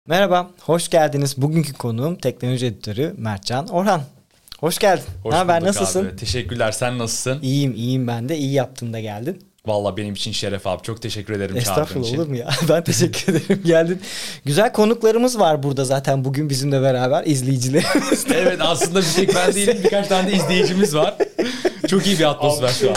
Merhaba, hoş geldiniz. Bugünkü konuğum teknoloji editörü Mertcan Orhan. Hoş geldin. Hoş Ne haber, bulduk nasılsın? abi. Teşekkürler. Sen nasılsın? İyiyim ben de. İyi yaptın da geldin. Vallahi benim için şeref abi. Çok teşekkür ederim çağırdığın Estağfurullah, için. olur mu ya? Ben teşekkür ederim geldin. Güzel konuklarımız var burada zaten bugün bizimle beraber izleyicilerimiz. Evet, aslında bir tek ben değilim. Birkaç tane de izleyicimiz var. Çok iyi bir atmosfer şu an.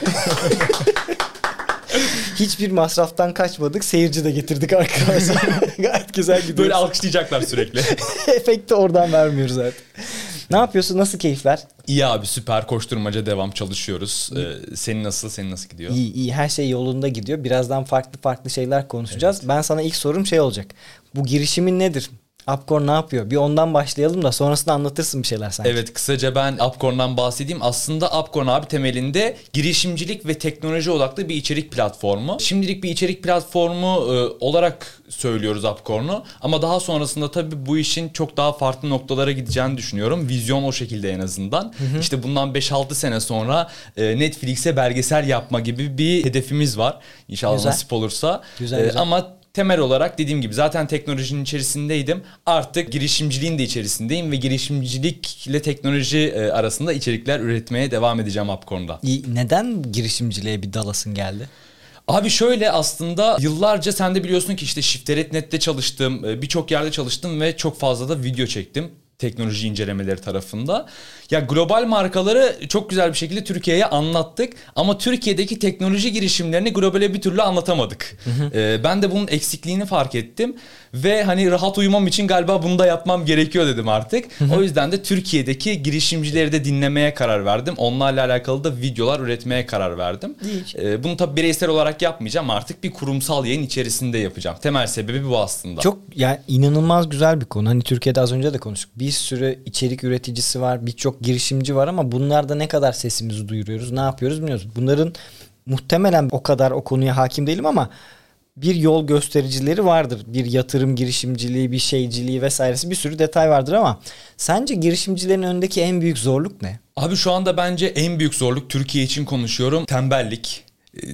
Hiçbir masraftan kaçmadık. Seyirci de getirdik arkadaşlar. Gayet güzel gidiyor. Böyle alkışlayacaklar sürekli. Efekti oradan vermiyoruz zaten. Ne yapıyorsun? Nasıl keyifler? İyi abi, süper. Koşturmaca devam, çalışıyoruz. Senin nasıl gidiyor? İyi. Her şey yolunda gidiyor. Birazdan farklı şeyler konuşacağız. Evet. Ben sana ilk sorum şey olacak. Bu girişimin nedir? Upcore ne yapıyor? Bir ondan başlayalım da sonrasında anlatırsın bir şeyler sanki. Evet, kısaca ben Upcore'dan bahsedeyim. Aslında Upcore abi temelinde girişimcilik ve teknoloji odaklı bir içerik platformu. Şimdilik bir içerik platformu olarak söylüyoruz Upcore'u. Ama daha sonrasında tabii bu işin çok daha farklı noktalara gideceğini düşünüyorum. Vizyon o şekilde en azından. Hı hı. İşte bundan 5-6 sene sonra Netflix'e belgesel yapma gibi bir hedefimiz var. İnşallah güzel. Nasip olursa. Güzel. Ama temel olarak dediğim gibi zaten teknolojinin içerisindeydim. Artık girişimciliğin de içerisindeyim ve girişimcilikle teknoloji arasında içerikler üretmeye devam edeceğim Upcore'da. Neden girişimciliğe bir dalasın geldi? Abi şöyle, aslında yıllarca sen de biliyorsun ki işte Shift4Net'te çalıştım, birçok yerde çalıştım ve çok fazla da video çektim. Teknoloji incelemeleri tarafında. Ya global markaları çok güzel bir şekilde Türkiye'ye anlattık ama Türkiye'deki teknoloji girişimlerini globale bir türlü anlatamadık. Hı hı. Ben de bunun eksikliğini fark ettim ve hani rahat uyumam için galiba bunu da yapmam gerekiyor dedim artık. Hı hı. O yüzden de Türkiye'deki girişimcileri de dinlemeye karar verdim. Onlarla alakalı da videolar üretmeye karar verdim. Bunu tabii bireysel olarak yapmayacağım, artık bir kurumsal yayın içerisinde yapacağım. Temel sebebi bu aslında. Çok yani inanılmaz güzel bir konu. Hani Türkiye'de az önce de konuştuk. Bir sürü içerik üreticisi var, birçok girişimci var ama bunlarda ne kadar sesimizi duyuruyoruz, ne yapıyoruz bilmiyoruz. Bunların muhtemelen o kadar o konuya hakim değilim ama bir yol göstericileri vardır. Bir yatırım girişimciliği, bir şeyciliği vesairesi, bir sürü detay vardır ama sence girişimcilerin önündeki en büyük zorluk ne? Abi şu anda bence en büyük zorluk, Türkiye için konuşuyorum, tembellik.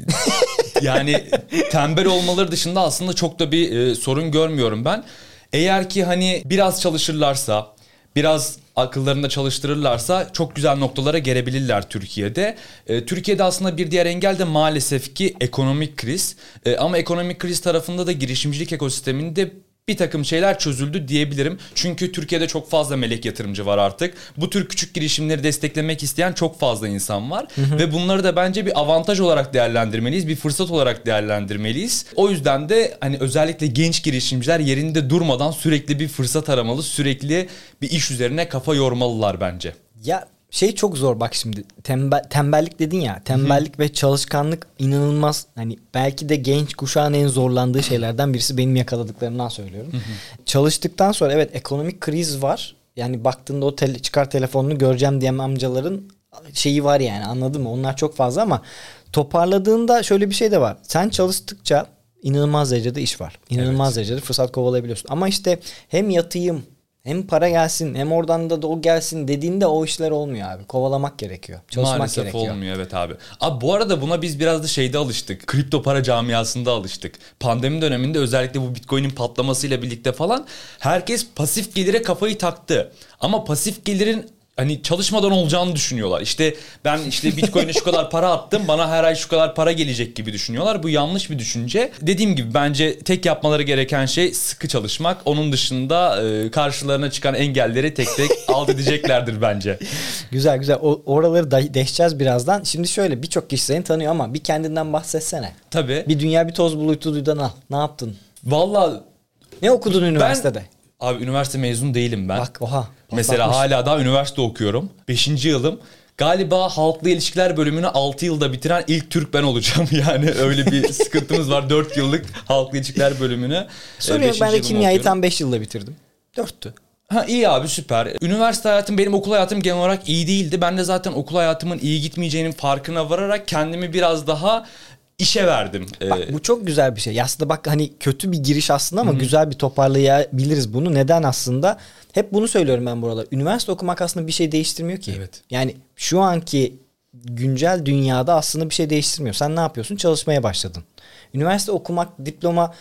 Yani tembel olmaları dışında aslında çok da bir sorun görmüyorum ben. Eğer ki hani biraz çalışırlarsa, biraz akıllarında çalıştırırlarsa çok güzel noktalara gelebilirler Türkiye'de. Türkiye'de aslında bir diğer engel de maalesef ki ekonomik kriz. Ama ekonomik kriz tarafında da girişimcilik ekosisteminde bir takım şeyler çözüldü diyebilirim. Çünkü Türkiye'de çok fazla melek yatırımcı var artık. Bu tür küçük girişimleri desteklemek isteyen çok fazla insan var. Hı hı. Ve bunları da bence bir avantaj olarak değerlendirmeliyiz. Bir fırsat olarak değerlendirmeliyiz. O yüzden de hani özellikle genç girişimciler yerinde durmadan sürekli bir fırsat aramalı. Sürekli bir iş üzerine kafa yormalılar bence. Ya şey çok zor bak şimdi, tembellik dedin ya, tembellik Hı-hı. ve çalışkanlık inanılmaz, hani belki de genç kuşağın en zorlandığı şeylerden birisi, benim yakaladıklarımdan söylüyorum. Hı-hı. Çalıştıktan sonra evet ekonomik kriz var, yani baktığında o çıkar telefonunu göreceğim diyen amcaların şeyi var yani, anladın mı, onlar çok fazla ama toparladığında şöyle bir şey de var, sen çalıştıkça inanılmaz derecede iş var, inanılmaz derecede fırsat kovalayabiliyorsun ama işte hem yatayım hem para gelsin hem oradan da o gelsin dediğinde o işler olmuyor abi. Kovalamak gerekiyor. Çalışmak maalesef gerekiyor. Maalesef olmuyor, evet abi. Abi bu arada buna biz biraz da şeyde alıştık. Kripto para camiasında alıştık. Pandemi döneminde özellikle bu Bitcoin'in patlamasıyla birlikte falan herkes pasif gelire kafayı taktı. Ama pasif gelirin hani çalışmadan olacağını düşünüyorlar. İşte ben işte Bitcoin'e şu kadar para attım, bana her ay şu kadar para gelecek gibi düşünüyorlar. Bu yanlış bir düşünce. Dediğim gibi bence tek yapmaları gereken şey sıkı çalışmak. Onun dışında karşılarına çıkan engelleri tek tek alt edeceklerdir bence. Güzel. Oraları deşeceğiz birazdan. Şimdi şöyle, birçok kişi seni tanıyor ama bir kendinden bahsetsene. Tabii. Bir dünya bir toz bulutuydan al. Ne yaptın? Vallahi ne okudun üniversitede? Abi üniversite mezunu değilim ben. Bak oha. Mesela hala daha üniversite okuyorum. 5. yılım. Galiba halkla ilişkiler bölümünü 6 yılda bitiren ilk Türk ben olacağım. Yani öyle bir sıkıntımız var. 4 yıllık halkla ilişkiler bölümünü. Soruyorum, ben de kimyayı tam 5 yılda bitirdim. 4'tü. Ha, iyi abi, süper. Üniversite hayatım, benim okul hayatım genel olarak iyi değildi. Ben de zaten okul hayatımın iyi gitmeyeceğinin farkına vararak kendimi biraz daha işe verdim. Bak bu çok güzel bir şey. Aslında bak hani kötü bir giriş aslında ama güzel bir toparlayabiliriz bunu. Neden aslında? Hep bunu söylüyorum ben buralar. Üniversite okumak aslında bir şey değiştirmiyor ki. Evet. Yani şu anki güncel dünyada aslında bir şey değiştirmiyor. Sen ne yapıyorsun? Çalışmaya başladın. Üniversite okumak, diploma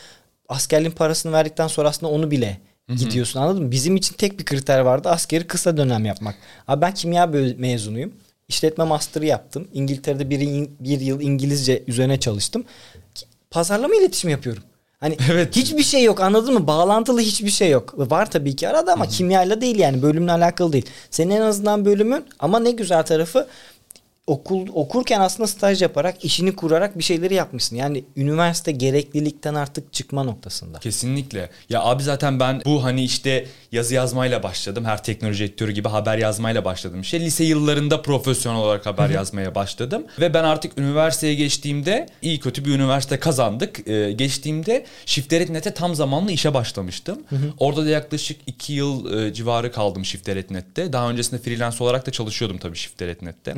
askerliğin parasını verdikten sonra aslında onu bile gidiyorsun, anladın mı? Bizim için tek bir kriter vardı, askeri kısa dönem yapmak. Abi ben kimya mezunuyum. İşletme master'ı yaptım. İngiltere'de bir yıl İngilizce üzerine çalıştım. Pazarlama iletişimi yapıyorum. Hani evet. Hiçbir şey yok, anladın mı? Bağlantılı hiçbir şey yok. Var tabii ki arada ama kimyayla değil, yani bölümle alakalı değil. Senin en azından bölümün, ama ne güzel tarafı, okurken aslında staj yaparak, işini kurarak bir şeyleri yapmışsın. Yani üniversite gereklilikten artık çıkma noktasında. Kesinlikle. Ya abi zaten ben bu hani işte yazı yazmayla başladım. Her teknoloji editörü gibi haber yazmayla başladım. İşte lise yıllarında profesyonel olarak haber yazmaya başladım. Ve ben artık üniversiteye geçtiğimde, iyi kötü bir üniversite kazandık. Geçtiğimde Shifter.net'e tam zamanlı işe başlamıştım. Orada da yaklaşık 2 yıl civarı kaldım Shifter.net'te. Daha öncesinde freelance olarak da çalışıyordum tabii Shifter.net'te.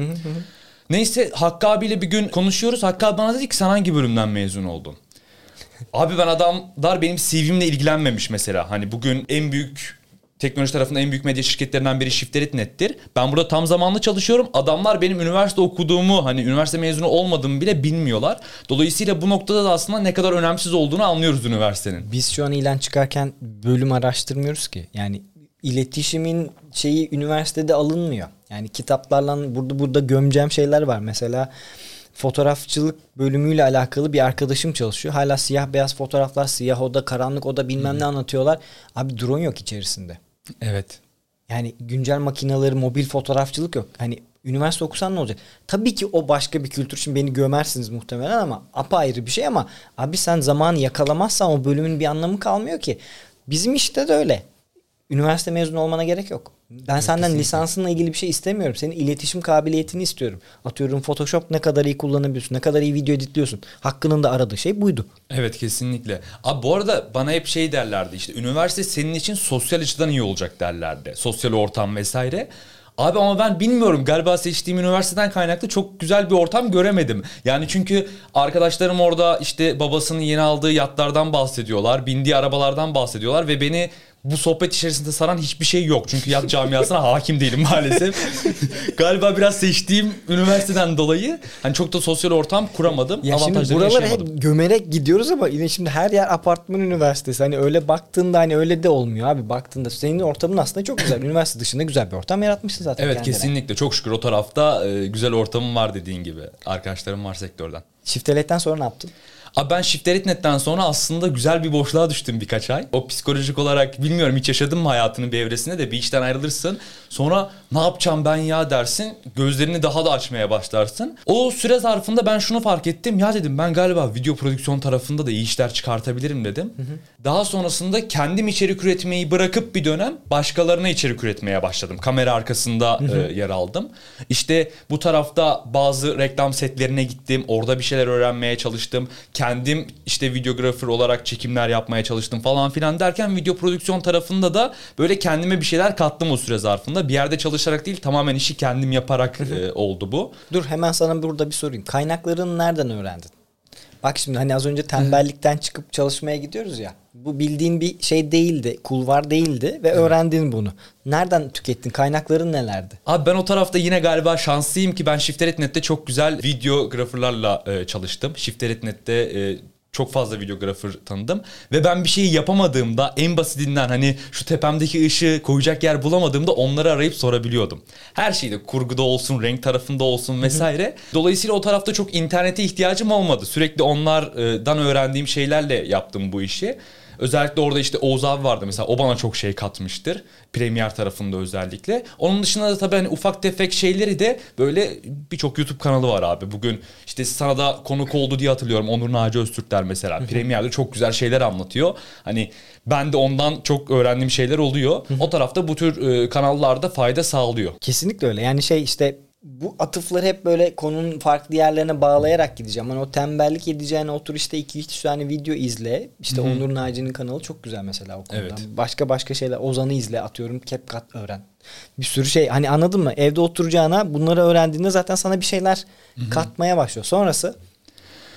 Neyse Hakkı abiyle bir gün konuşuyoruz. Hakkı abi bana dedi ki sen hangi bölümden mezun oldun? Abi ben adamlar benim CV'mle ilgilenmemiş mesela. Hani bugün en büyük teknoloji tarafında en büyük medya şirketlerinden biri Shifter.net'tir. Ben burada tam zamanlı çalışıyorum. Adamlar benim üniversite okuduğumu, hani üniversite mezunu olmadığımı bile bilmiyorlar. Dolayısıyla bu noktada da aslında ne kadar önemsiz olduğunu anlıyoruz üniversitenin. Biz şu an ilan çıkarken bölüm araştırmıyoruz ki. Yani iletişimin şeyi üniversitede alınmıyor. Yani kitaplarla burada gömeceğim şeyler var. Mesela fotoğrafçılık bölümüyle alakalı bir arkadaşım çalışıyor. Hala siyah beyaz fotoğraflar, siyah oda, karanlık oda bilmem ne anlatıyorlar. Abi drone yok içerisinde. Evet. Yani güncel makineleri, mobil fotoğrafçılık yok. Hani üniversite okusan ne olacak? Tabii ki o başka bir kültür. Şimdi beni gömersiniz muhtemelen ama apayrı bir şey, ama abi sen zamanı yakalamazsan o bölümün bir anlamı kalmıyor ki. Bizim işte de öyle. Üniversite mezunu olmana gerek yok. Ben evet, senden kesinlikle lisansınla ilgili bir şey istemiyorum. Senin iletişim kabiliyetini istiyorum. Atıyorum Photoshop ne kadar iyi kullanabiliyorsun, ne kadar iyi video editliyorsun. Hakkı'nın da aradığı şey buydu. Evet kesinlikle. Abi bu arada bana hep şey derlerdi, işte üniversite senin için sosyal açıdan iyi olacak derlerdi. Sosyal ortam vesaire. Abi ama ben bilmiyorum, galiba seçtiğim üniversiteden kaynaklı çok güzel bir ortam göremedim. Yani çünkü arkadaşlarım orada işte babasının yeni aldığı yatlardan bahsediyorlar, bindiği arabalardan bahsediyorlar ve beni bu sohbet içerisinde saran hiçbir şey yok. Çünkü yat camiasına hakim değilim maalesef. Galiba biraz seçtiğim üniversiteden dolayı hani çok da sosyal ortam kuramadım. Ya şimdi buralara hep gömerek gidiyoruz ama yine şimdi her yer apartman üniversitesi. Hani öyle baktığında hani öyle de olmuyor abi. Baktığında senin ortamın aslında çok güzel. Üniversite dışında güzel bir ortam yaratmışsın zaten. Evet kendine. Kesinlikle. Çok şükür o tarafta güzel ortamım var dediğin gibi. Arkadaşlarım var sektörden. Shifter.net'ten sonra ne yaptın? Abi ben Shifter.net'ten sonra aslında güzel bir boşluğa düştüm birkaç ay. O psikolojik olarak bilmiyorum hiç yaşadın mı hayatının bir evresinde de bir işten ayrılırsın. Sonra ne yapacağım ben ya dersin. Gözlerini daha da açmaya başlarsın. O süre zarfında ben şunu fark ettim. Ya dedim ben galiba video prodüksiyon tarafında da iyi işler çıkartabilirim dedim. Daha sonrasında kendim içerik üretmeyi bırakıp bir dönem başkalarına içerik üretmeye başladım. Kamera arkasında yer aldım. İşte bu tarafta bazı reklam setlerine gittim. Orada bir şeyler öğrenmeye çalıştım. Kendim işte videografer olarak çekimler yapmaya çalıştım falan filan derken video prodüksiyon tarafında da böyle kendime bir şeyler kattım o süre zarfında. Bir yerde çalışarak değil, tamamen işi kendim yaparak oldu bu. Dur hemen sana burada bir sorayım. Kaynaklarını nereden öğrendin? Bak şimdi hani az önce tembellikten çıkıp çalışmaya gidiyoruz ya. Bu bildiğin bir şey değildi, kulvar değildi ve öğrendin bunu. Nereden tükettin? Kaynakların nelerdi? Abi ben o tarafta yine galiba şanslıyım ki ben Shifter.net'te çok güzel videograferlarla çalıştım. Shifter.net'te çok fazla videografer tanıdım. Ve ben bir şeyi yapamadığımda en basitinden hani şu tepemdeki ışığı koyacak yer bulamadığımda onları arayıp sorabiliyordum. Her şeyde kurguda olsun, renk tarafında olsun vesaire. Dolayısıyla o tarafta çok internete ihtiyacım olmadı. Sürekli onlardan öğrendiğim şeylerle yaptım bu işi. Özellikle orada işte Oğuz abi vardı mesela, o bana çok şey katmıştır. Premiere tarafında özellikle. Onun dışında da tabii hani ufak tefek şeyleri de böyle birçok YouTube kanalı var abi. Bugün işte sana da konuk oldu diye hatırlıyorum. Onur Naci Öztürkler mesela. Premiere'de çok güzel şeyler anlatıyor. Hani ben de ondan çok öğrendiğim şeyler oluyor. O tarafta bu tür kanallarda fayda sağlıyor. Kesinlikle öyle. Yani şey işte bu atıfları hep böyle konunun farklı yerlerine bağlayarak gideceğim. Hani o tembellik edeceğine otur işte 2-3 tane video izle. İşte Onur Naci'nin kanalı çok güzel mesela o konuda. Evet. Başka şeyler. Ozan'ı izle, atıyorum CapCut öğren. Bir sürü şey, hani anladın mı? Evde oturacağına bunları öğrendiğinde zaten sana bir şeyler katmaya başlıyor. Sonrası?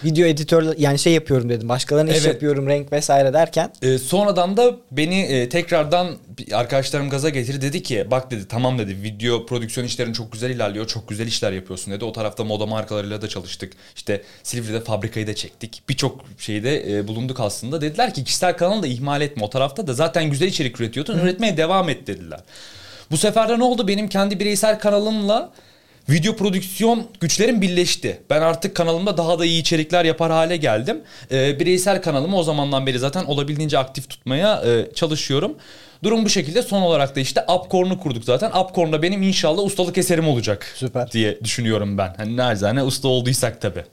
Video editör yani şey yapıyorum dedim. Başkalarına iş yapıyorum, renk vesaire derken. Sonradan da beni tekrardan arkadaşlarım gaza getirdi. Dedi ki bak dedi, tamam dedi, video prodüksiyon işlerin çok güzel ilerliyor. Çok güzel işler yapıyorsun dedi. O tarafta moda markalarıyla da çalıştık. İşte Silivri'de fabrikayı da çektik. Birçok şeyde bulunduk aslında. Dediler ki kişisel kanalı da ihmal etme. O tarafta da zaten güzel içerik üretiyordun. Üretmeye devam et dediler. Bu sefer de ne oldu? Benim kendi bireysel kanalımla video prodüksiyon güçlerim birleşti. Ben artık kanalımda daha da iyi içerikler yapar hale geldim. Bireysel kanalımı o zamandan beri zaten olabildiğince aktif tutmaya çalışıyorum. Durum bu şekilde. Son olarak da işte Upcorn'u kurduk zaten. Upcorn'da benim inşallah ustalık eserim olacak. Süper Diye düşünüyorum ben. Hani narizane usta olduysak tabii.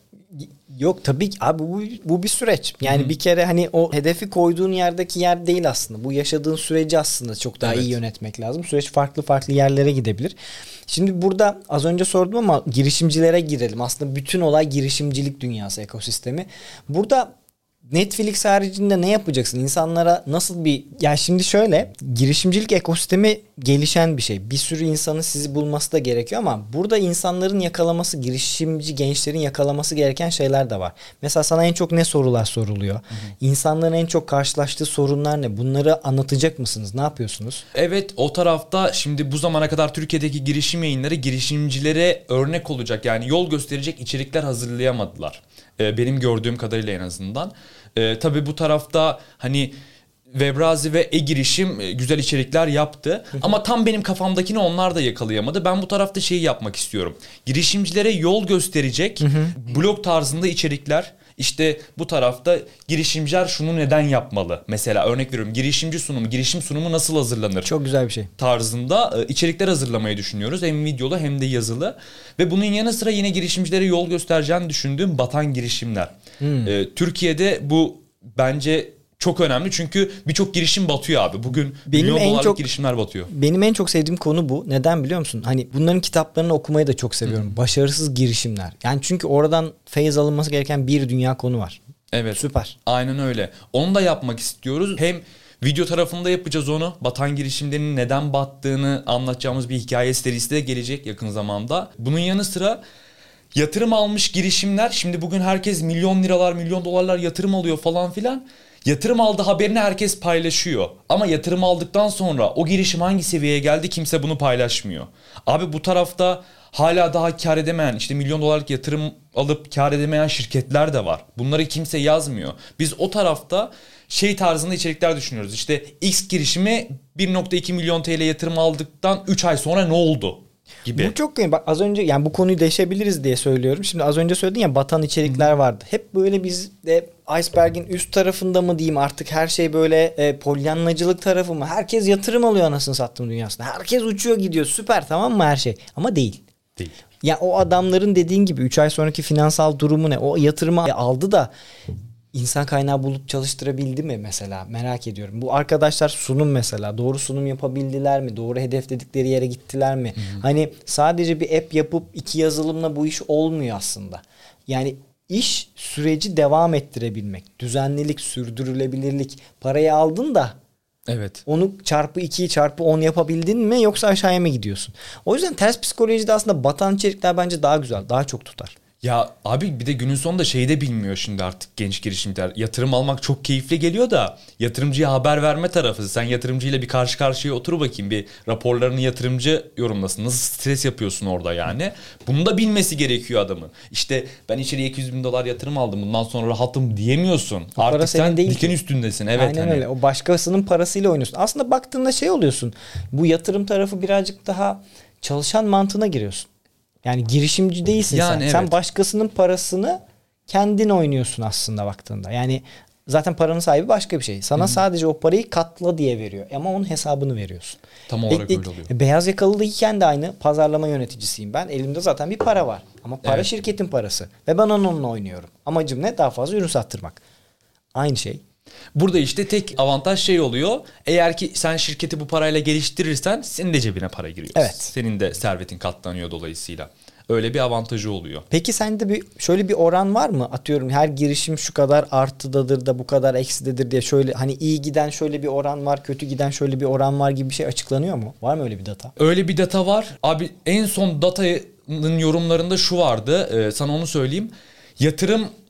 Yok tabii ki abi, bu bir süreç. Yani bir kere hani o hedefi koyduğun yerdeki yer değil aslında. Bu yaşadığın süreci aslında çok daha iyi yönetmek lazım. Süreç farklı yerlere gidebilir. Şimdi burada az önce sordum ama girişimcilere girelim. Aslında bütün olay girişimcilik dünyası, ekosistemi. Burada Netflix haricinde ne yapacaksın? İnsanlara nasıl bir... Ya şimdi şöyle, girişimcilik ekosistemi gelişen bir şey. Bir sürü insanın sizi bulması da gerekiyor ama burada insanların yakalaması, girişimci gençlerin yakalaması gereken şeyler de var. Mesela sana en çok ne sorular soruluyor? İnsanların en çok karşılaştığı sorunlar ne? Bunları anlatacak mısınız? Ne yapıyorsunuz? Evet, o tarafta şimdi bu zamana kadar Türkiye'deki girişim yayınları girişimcilere örnek olacak, yani yol gösterecek içerikler hazırlayamadılar. Benim gördüğüm kadarıyla en azından. Tabii bu tarafta hani Webrazi ve e-girişim güzel içerikler yaptı. Ama tam benim kafamdakini onlar da yakalayamadı. Ben bu tarafta şeyi yapmak istiyorum. Girişimcilere yol gösterecek blog tarzında içerikler. İşte bu tarafta girişimciler şunu neden yapmalı? Mesela örnek veriyorum, girişim sunumu nasıl hazırlanır? Çok güzel bir şey. Tarzında içerikler hazırlamayı düşünüyoruz. Hem videolu hem de yazılı. Ve bunun yanı sıra yine girişimcilere yol göstereceğini düşündüğüm batan girişimler. Türkiye'de bu bence çok önemli, çünkü birçok girişim batıyor abi. Bugün milyon dolarlık girişimler batıyor. Benim en çok sevdiğim konu bu. Neden biliyor musun? Hani bunların kitaplarını okumayı da çok seviyorum. Başarısız girişimler. Yani çünkü oradan feyiz alınması gereken bir dünya konu var. Evet. Süper. Aynen öyle. Onu da yapmak istiyoruz. Hem video tarafında yapacağız onu. Batan girişimlerin neden battığını anlatacağımız bir hikaye serisi de gelecek yakın zamanda. Bunun yanı sıra yatırım almış girişimler. Şimdi bugün herkes milyon liralar, milyon dolarlar yatırım alıyor falan filan. Yatırım aldı haberini herkes paylaşıyor. Ama yatırım aldıktan sonra o girişim hangi seviyeye geldi kimse bunu paylaşmıyor. Abi bu tarafta hala daha kar edemeyen, işte milyon dolarlık yatırım alıp kar edemeyen şirketler de var. Bunları kimse yazmıyor. Biz o tarafta şey tarzında içerikler düşünüyoruz. İşte X girişimi 1.2 milyon TL yatırım aldıktan 3 ay sonra ne oldu? Gibi. Bu çok iyi. Bak az önce, yani bu konuyu deşebiliriz diye söylüyorum. Şimdi az önce söyledin ya, batan içerikler vardı. Hep böyle biz de iceberg'in üst tarafında mı diyeyim artık, her şey böyle polyanlacılık tarafı mı? Herkes yatırım alıyor anasını sattığım dünyasında. Herkes uçuyor gidiyor, süper, tamam mı her şey? Ama değil. Değil. Ya o adamların dediğin gibi 3 ay sonraki finansal durumu ne? O yatırımı aldı da İnsan kaynağı bulup çalıştırabildi mi mesela? Merak ediyorum. Bu arkadaşlar sunum mesela. Doğru sunum yapabildiler mi? Doğru hedefledikleri yere gittiler mi? Hani sadece bir app yapıp 2 yazılımla bu iş olmuyor aslında. Yani iş süreci devam ettirebilmek. Düzenlilik, sürdürülebilirlik. Parayı aldın da evet, onu çarpı 2 çarpı 10 yapabildin mi, yoksa aşağıya mı gidiyorsun? O yüzden ters psikolojide aslında batan içerikler bence daha güzel. Daha çok tutar. Ya abi bir de günün sonunda şeyi de bilmiyor şimdi artık genç girişimciler. Yatırım almak çok keyifli geliyor da yatırımcıya haber verme tarafı. Sen yatırımcıyla bir karşı karşıya otur bakayım, bir raporlarını yatırımcı yorumlasın. Nasıl stres yapıyorsun orada yani. Bunu da bilmesi gerekiyor adamın. İşte ben içeriye 200 bin dolar yatırım aldım, bundan sonra rahatım diyemiyorsun. O artık sen diken ki üstündesin. Evet, aynen hani. öyle. O başkasının parasıyla oynuyorsun. Aslında baktığında şey oluyorsun. Bu yatırım tarafı birazcık daha çalışan mantığına giriyorsun. Yani girişimci değilsin yani sen. Evet. Sen başkasının parasını kendin oynuyorsun aslında baktığında. Yani zaten paranın sahibi başka bir şey. Sana sadece o parayı katla diye veriyor. Ama onun hesabını veriyorsun. Tam olarak öyle oluyor. Beyaz yakalıyken de aynı pazarlama yöneticisiyim ben. Elimde zaten bir para var. Ama para şirketin parası. Ve ben onunla oynuyorum. Amacım ne? Daha fazla ürün sattırmak. Aynı şey. Burada işte tek avantaj şey oluyor. Eğer ki sen şirketi bu parayla geliştirirsen senin de cebine para giriyor. Evet. Senin de servetin katlanıyor dolayısıyla. Öyle bir avantajı oluyor. Peki sende şöyle bir oran var mı? Atıyorum her girişim şu kadar artıdadır da bu kadar eksidedir diye, şöyle hani iyi giden şöyle bir oran var, kötü giden şöyle bir oran var gibi bir şey açıklanıyor mu? Var mı öyle bir data? Öyle bir data var. Abi en son datanın yorumlarında şu vardı. Sana onu söyleyeyim. Yatırım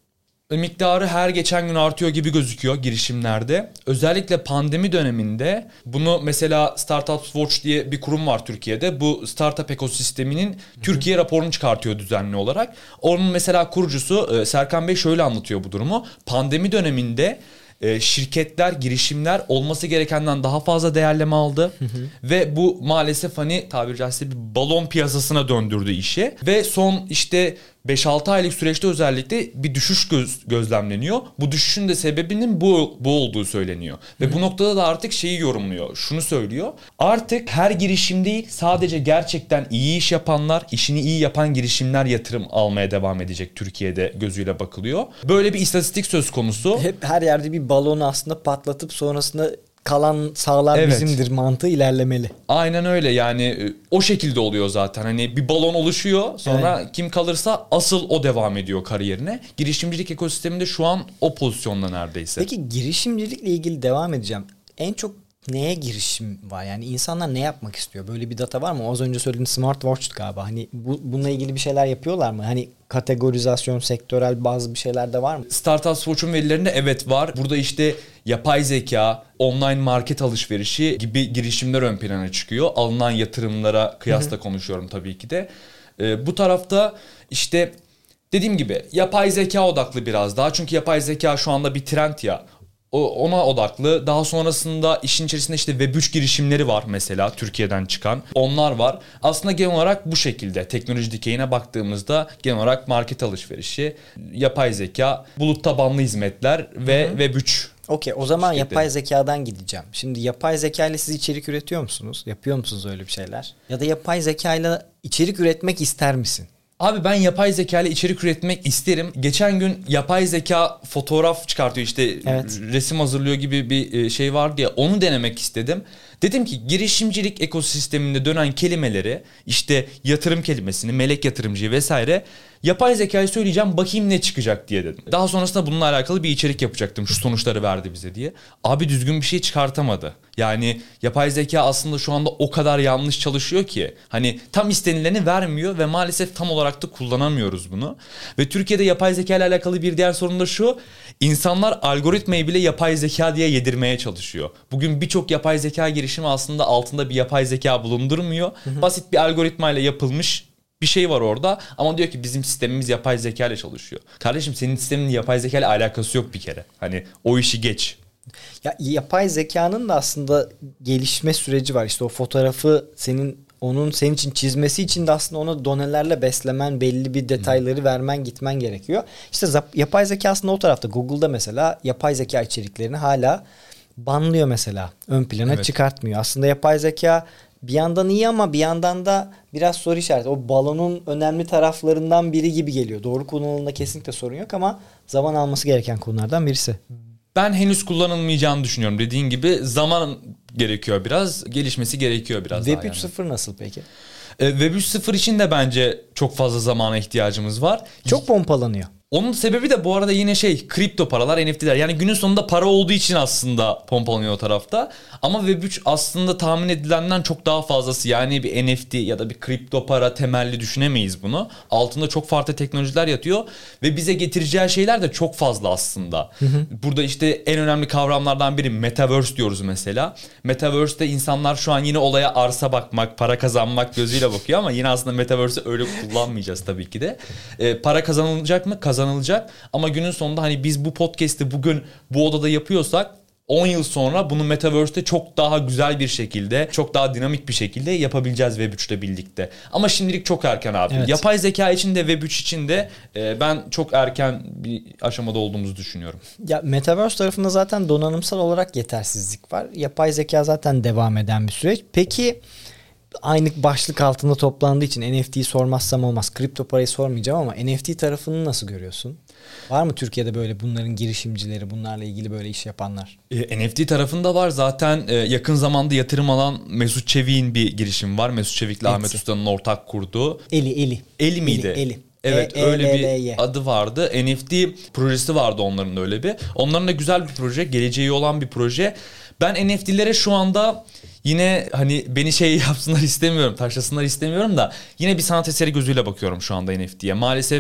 miktarı her geçen gün artıyor gibi gözüküyor girişimlerde. Özellikle pandemi döneminde bunu mesela Startup Watch diye bir kurum var Türkiye'de. Bu startup ekosisteminin Türkiye raporunu çıkartıyor düzenli olarak. Onun mesela kurucusu Serkan Bey şöyle anlatıyor bu durumu. Pandemi döneminde şirketler, girişimler olması gerekenden daha fazla değerleme aldı. Ve bu maalesef hani tabiri caizse bir balon piyasasına döndürdü işi. Ve son işte 5-6 aylık süreçte özellikle bir düşüş gözlemleniyor. Bu düşüşün de sebebinin bu olduğu söyleniyor. Ve bu noktada da artık şeyi yorumluyor. Şunu söylüyor. Artık her girişim değil, sadece gerçekten iyi iş yapanlar, işini iyi yapan girişimler yatırım almaya devam edecek Türkiye'de gözüyle bakılıyor. Böyle bir istatistik söz konusu. Hep her yerde bir balonu aslında patlatıp sonrasında kalan sağlar bizimdir mantığı ilerlemeli. Aynen öyle, yani o şekilde oluyor zaten. Hani bir balon oluşuyor, sonra kim kalırsa asıl o devam ediyor kariyerine. Girişimcilik ekosisteminde şu an o pozisyonda neredeyse. Peki girişimcilikle ilgili devam edeceğim. En çok neye girişim var? Yani insanlar ne yapmak istiyor? Böyle bir data var mı? Az önce söylediğin smartwatch galiba. Hani bununla ilgili bir şeyler yapıyorlar mı? Hani kategorizasyon, sektörel bazı bir şeyler de var mı? Startup Watch'un verilerinde evet var. Burada işte yapay zeka, online market alışverişi gibi girişimler ön plana çıkıyor. Alınan yatırımlara kıyasla konuşuyorum tabii ki de. Bu tarafta işte dediğim gibi yapay zeka odaklı biraz daha. Çünkü yapay zeka şu anda bir trend ya. Ona odaklı. Daha sonrasında işin içerisinde işte Web3 girişimleri var mesela Türkiye'den çıkan. Onlar var. Aslında genel olarak bu şekilde teknoloji dikeyine baktığımızda genel olarak market alışverişi, yapay zeka, bulut tabanlı hizmetler ve Web3. Okey, o zaman yapay zekadan gideceğim. Şimdi yapay zeka ile siz içerik üretiyor musunuz? Yapıyor musunuz öyle bir şeyler? Ya da yapay zeka ile içerik üretmek ister misin? Abi ben yapay zeka ile içerik üretmek isterim. Geçen gün yapay zeka fotoğraf çıkartıyor, işte resim hazırlıyor gibi bir şey vardı ya, onu denemek istedim. Dedim ki girişimcilik ekosisteminde dönen kelimeleri, işte yatırım kelimesini, melek yatırımcıyı vesaire yapay zekayı söyleyeceğim, bakayım ne çıkacak diye dedim. Daha sonrasında bununla alakalı bir içerik yapacaktım, şu sonuçları verdi bize diye. Abi düzgün bir şey çıkartamadı. Yani yapay zeka aslında şu anda o kadar yanlış çalışıyor ki hani tam istenileni vermiyor ve maalesef tam olarak da kullanamıyoruz bunu. Ve Türkiye'de yapay zeka ile alakalı bir diğer sorun da şu: İnsanlar algoritmayı bile yapay zeka diye yedirmeye çalışıyor. Bugün birçok yapay zeka girişimi aslında altında bir yapay zeka bulundurmuyor. Basit bir algoritmayla yapılmış bir şey var orada ama diyor ki bizim sistemimiz yapay zeka ile çalışıyor. Kardeşim, senin sistemin yapay zeka ile alakası yok bir kere. Hani o işi geç. Ya yapay zekanın da aslında gelişme süreci var. İşte o fotoğrafı onun senin için çizmesi için de aslında onu donelerle beslemen, belli bir detayları vermen, gitmen gerekiyor. İşte yapay zeka aslında o tarafta. Google'da mesela yapay zeka içeriklerini hala banlıyor mesela. Ön plana çıkartmıyor. Aslında yapay zeka bir yandan iyi ama bir yandan da biraz soru işareti. O balonun önemli taraflarından biri gibi geliyor. Doğru kullanımında kesinlikle sorun yok ama zaman alması gereken konulardan birisi. Ben henüz kullanılmayacağını düşünüyorum. Dediğin gibi zaman gerekiyor biraz. Gelişmesi gerekiyor biraz Web daha. Web 3.0 nasıl peki? Web 3.0 için de bence çok fazla zamana ihtiyacımız var. Çok pompalanıyor. Onun sebebi de bu arada yine kripto paralar, NFT'ler. Yani günün sonunda para olduğu için aslında pompalanıyor o tarafta. Ama Web3 aslında tahmin edilenden çok daha fazlası. Yani bir NFT ya da bir kripto para temelli düşünemeyiz bunu. Altında çok farklı teknolojiler yatıyor. Ve bize getireceği şeyler de çok fazla aslında. Burada işte en önemli kavramlardan biri Metaverse diyoruz mesela. Metaverse'de insanlar şu an yine olaya arsa bakmak, para kazanmak gözüyle bakıyor ama yine aslında Metaverse'ü öyle kullanmayacağız tabii ki de. Para kazanılacak mı? Kazanılacak. Ama günün sonunda hani biz bu podcast'i bugün bu odada yapıyorsak 10 yıl sonra bunu Metaverse'te çok daha güzel bir şekilde, çok daha dinamik bir şekilde yapabileceğiz Web3 ile birlikte. Ama şimdilik çok erken abi. Evet. Yapay zeka için de Web3 için de ben çok erken bir aşamada olduğumuzu düşünüyorum. Ya Metaverse tarafında zaten donanımsal olarak yetersizlik var. Yapay zeka zaten devam eden bir süreç. Peki aynı başlık altında toplandığı için NFT'yi sormazsam olmaz. Kripto parayı sormayacağım ama NFT tarafını nasıl görüyorsun? Var mı Türkiye'de böyle bunların girişimcileri, bunlarla ilgili böyle iş yapanlar? NFT tarafında var. Zaten yakın zamanda yatırım alan Mesut Çevik'in bir girişim var. Mesut Çevik'le Ahmet Usta'nın ortak kurduğu. Eli miydi? Eli. Evet, öyle bir adı vardı. NFT projesi vardı onların da öyle bir. Onların da güzel bir proje, geleceği olan bir proje. Ben NFT'lere şu anda yine hani beni yapsınlar istemiyorum, taşlasınlar istemiyorum da yine bir sanat eseri gözüyle bakıyorum şu anda NFT'ye. Maalesef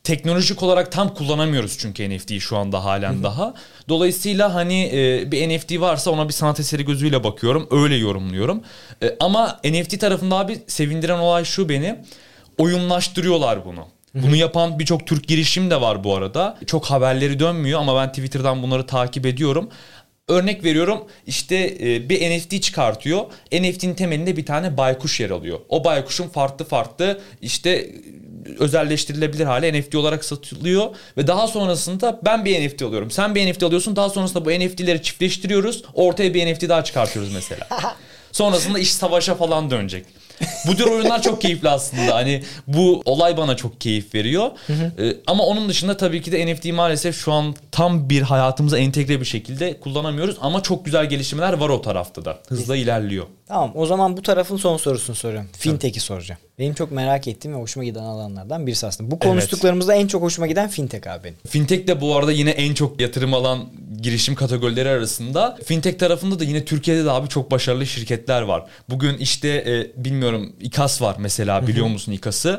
teknolojik olarak tam kullanamıyoruz çünkü NFT'yi şu anda halen daha. Dolayısıyla hani bir NFT varsa ona bir sanat eseri gözüyle bakıyorum. Öyle yorumluyorum. Ama NFT tarafında abi sevindiren olay şu beni. Oyunlaştırıyorlar bunu. Bunu yapan birçok Türk girişim de var bu arada. Çok haberleri dönmüyor ama ben Twitter'dan bunları takip ediyorum. Örnek veriyorum, işte bir NFT çıkartıyor. NFT'nin temelinde bir tane baykuş yer alıyor. O baykuşun farklı işte özelleştirilebilir hale NFT olarak satılıyor. Ve daha sonrasında ben bir NFT alıyorum. Sen bir NFT alıyorsun. Daha sonrasında bu NFT'leri çiftleştiriyoruz. Ortaya bir NFT daha çıkartıyoruz mesela. Sonrasında iş savaşa falan dönecek. Bu tür oyunlar çok keyifli aslında. Hani bu olay bana çok keyif veriyor. Ama onun dışında tabii ki de NFT maalesef şu an tam bir hayatımıza entegre bir şekilde kullanamıyoruz. Ama çok güzel gelişmeler var o tarafta da. Hızla ilerliyor. Tamam, o zaman bu tarafın son sorusunu soruyorum. Fintech'i soracağım. Benim çok merak ettiğim ve hoşuma giden alanlardan birisi aslında. Bu konuştuklarımızda en çok hoşuma giden fintech abi benim. Fintech de bu arada yine en çok yatırım alan girişim kategorileri arasında. Fintech tarafında da yine Türkiye'de de abi çok başarılı şirketler var. Bugün işte bilmiyorum, İKAS var mesela, biliyor musun İKAS'ı?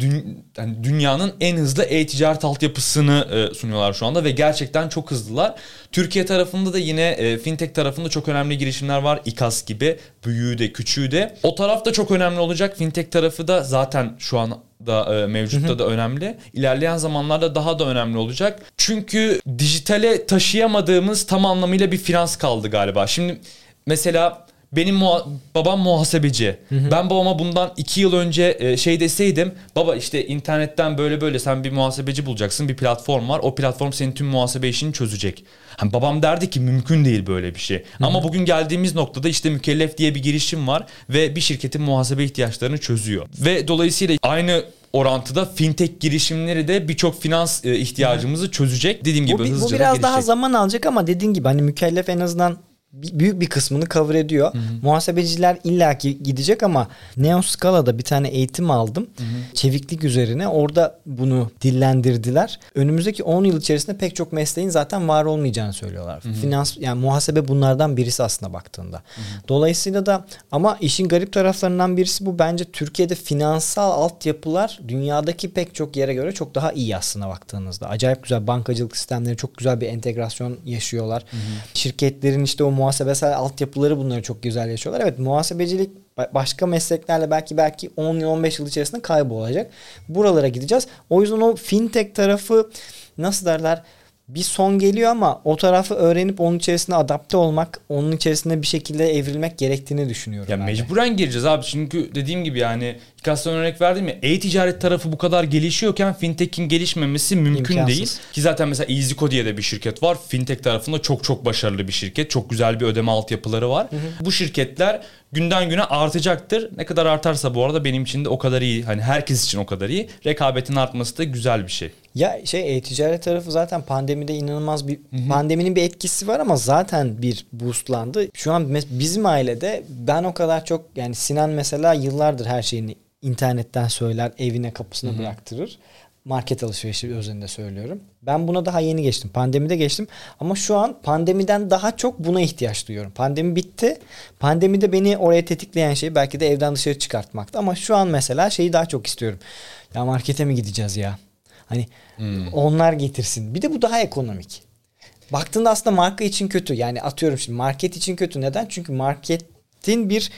Yani dünyanın en hızlı e-ticaret altyapısını sunuyorlar şu anda ve gerçekten çok hızlılar. Türkiye tarafında da yine fintech tarafında çok önemli girişimler var. İKAS gibi, büyüğü de küçüğü de. O taraf da çok önemli olacak. Fintech tarafı da zaten şu an da mevcutta da önemli. İlerleyen zamanlarda daha da önemli olacak. Çünkü dijitale taşıyamadığımız tam anlamıyla bir finans kaldı galiba. Şimdi mesela benim babam muhasebeci. Ben babama bundan 2 yıl önce şey deseydim, baba işte internetten böyle sen bir muhasebeci bulacaksın, bir platform var. O platform senin tüm muhasebe işini çözecek. Hani babam derdi ki mümkün değil böyle bir şey. Ama bugün geldiğimiz noktada işte Mükellef diye bir girişim var ve bir şirketin muhasebe ihtiyaçlarını çözüyor. Ve dolayısıyla aynı orantıda fintech girişimleri de birçok finans ihtiyacımızı çözecek. Dediğim gibi hızlıca bu biraz daha zaman alacak ama dediğin gibi hani Mükellef en azından büyük bir kısmını cover ediyor. Muhasebeciler illaki gidecek ama Neoscala'da bir tane eğitim aldım. Çeviklik üzerine. Orada bunu dillendirdiler. Önümüzdeki 10 yıl içerisinde pek çok mesleğin zaten var olmayacağını söylüyorlar. Finans, yani muhasebe bunlardan birisi aslında baktığında. Dolayısıyla da ama işin garip taraflarından birisi bu. Bence Türkiye'de finansal altyapılar dünyadaki pek çok yere göre çok daha iyi aslında baktığınızda. Acayip güzel bankacılık sistemleri, çok güzel bir entegrasyon yaşıyorlar. Şirketlerin işte o muhasebesel altyapıları bunları çok güzel yaşıyorlar. Evet, muhasebecilik başka mesleklerle belki 10-15 yıl içerisinde kaybolacak. Buralara gideceğiz. O yüzden o fintech tarafı, nasıl derler, bir son geliyor ama o tarafı öğrenip onun içerisinde adapte olmak, onun içerisinde bir şekilde evrilmek gerektiğini düşünüyorum. Ya mecburen gireceğiz abi. Çünkü dediğim gibi yani İKAS'tan örnek verdim ya, e-ticaret tarafı bu kadar gelişiyorken fintech'in gelişmemesi mümkün İmkansız değil. Ki zaten mesela EasyCo diye de bir şirket var. Fintech tarafında çok başarılı bir şirket. Çok güzel bir ödeme altyapıları var. Bu şirketler günden güne artacaktır. Ne kadar artarsa bu arada benim için de o kadar iyi. Hani herkes için o kadar iyi. Rekabetin artması da güzel bir şey. Ya e-ticaret tarafı zaten pandemide inanılmaz bir pandeminin bir etkisi var ama zaten bir boostlandı. Şu an bizim ailede ben o kadar çok, yani Sinan mesela yıllardır her şeyini internetten söyler, evine kapısına bıraktırır. Market alışverişi özelinde söylüyorum. Ben buna daha yeni geçtim. Pandemide geçtim. Ama şu an pandemiden daha çok buna ihtiyaç duyuyorum. Pandemi bitti. Pandemide beni oraya tetikleyen şey belki de evden dışarı çıkartmaktı. Ama şu an mesela şeyi daha çok istiyorum. Ya markete mi gideceğiz ya? Hani onlar getirsin. Bir de bu daha ekonomik. Baktığında aslında marka için kötü. Yani atıyorum şimdi market için kötü. Neden? Çünkü marketin bir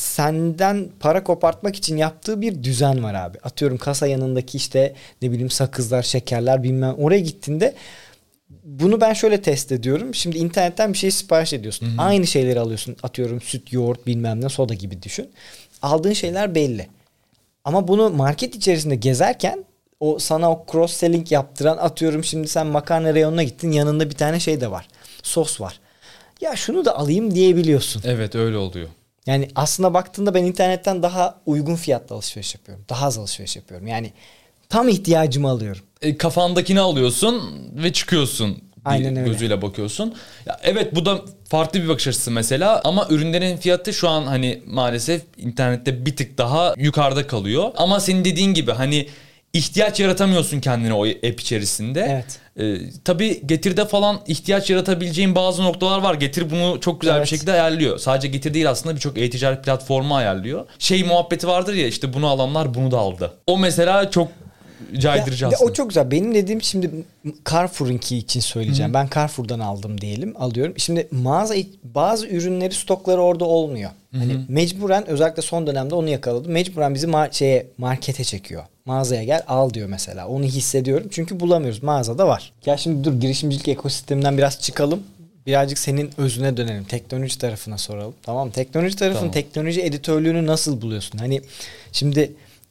senden para kopartmak için yaptığı bir düzen var abi. Atıyorum kasa yanındaki işte ne bileyim sakızlar, şekerler bilmem. Oraya gittiğinde bunu ben şöyle test ediyorum. Şimdi internetten bir şey sipariş ediyorsun. Aynı şeyleri alıyorsun. Atıyorum süt, yoğurt bilmem ne, soda gibi düşün. Aldığın şeyler belli. Ama bunu market içerisinde gezerken o sana o cross selling yaptıran, atıyorum şimdi sen makarna reyonuna gittin, yanında bir tane şey de var. Sos var. Ya şunu da alayım diyebiliyorsun. Evet, öyle oluyor. Yani aslında baktığında ben internetten daha uygun fiyatla alışveriş yapıyorum. Daha az alışveriş yapıyorum. Yani tam ihtiyacımı alıyorum. Kafandakini alıyorsun ve çıkıyorsun. Aynen öyle. Gözüyle bakıyorsun. Ya evet, bu da farklı bir bakış açısı mesela ama ürünlerin fiyatı şu an hani maalesef internette bir tık daha yukarıda kalıyor. Ama senin dediğin gibi hani ihtiyaç yaratamıyorsun kendine o app içerisinde. Evet. Tabii Getir'de falan ihtiyaç yaratabileceğin bazı noktalar var. Getir bunu çok güzel bir şekilde ayarlıyor. Sadece Getir değil, aslında birçok e-ticaret platformu ayarlıyor. Şey muhabbeti vardır ya, işte bunu alanlar bunu da aldı. O mesela çok caydırıcı ya, aslında. O çok güzel. Benim dediğim şimdi Carrefour'unki için söyleyeceğim. Hı-hı. Ben Carrefour'dan aldım diyelim. Alıyorum. Şimdi bazı ürünleri stokları orada olmuyor. Hı-hı. Hani mecburen özellikle son dönemde onu yakaladım. Mecburen bizi markete çekiyor. Mağazaya gel al diyor mesela. Onu hissediyorum. Çünkü bulamıyoruz. Mağazada var. Ya şimdi dur girişimcilik ekosisteminden biraz çıkalım. Birazcık senin özüne dönelim. Teknoloji tarafına soralım. Tamam mı? Teknoloji tarafının tamam. Teknoloji editörlüğünü nasıl buluyorsun? Hani şimdi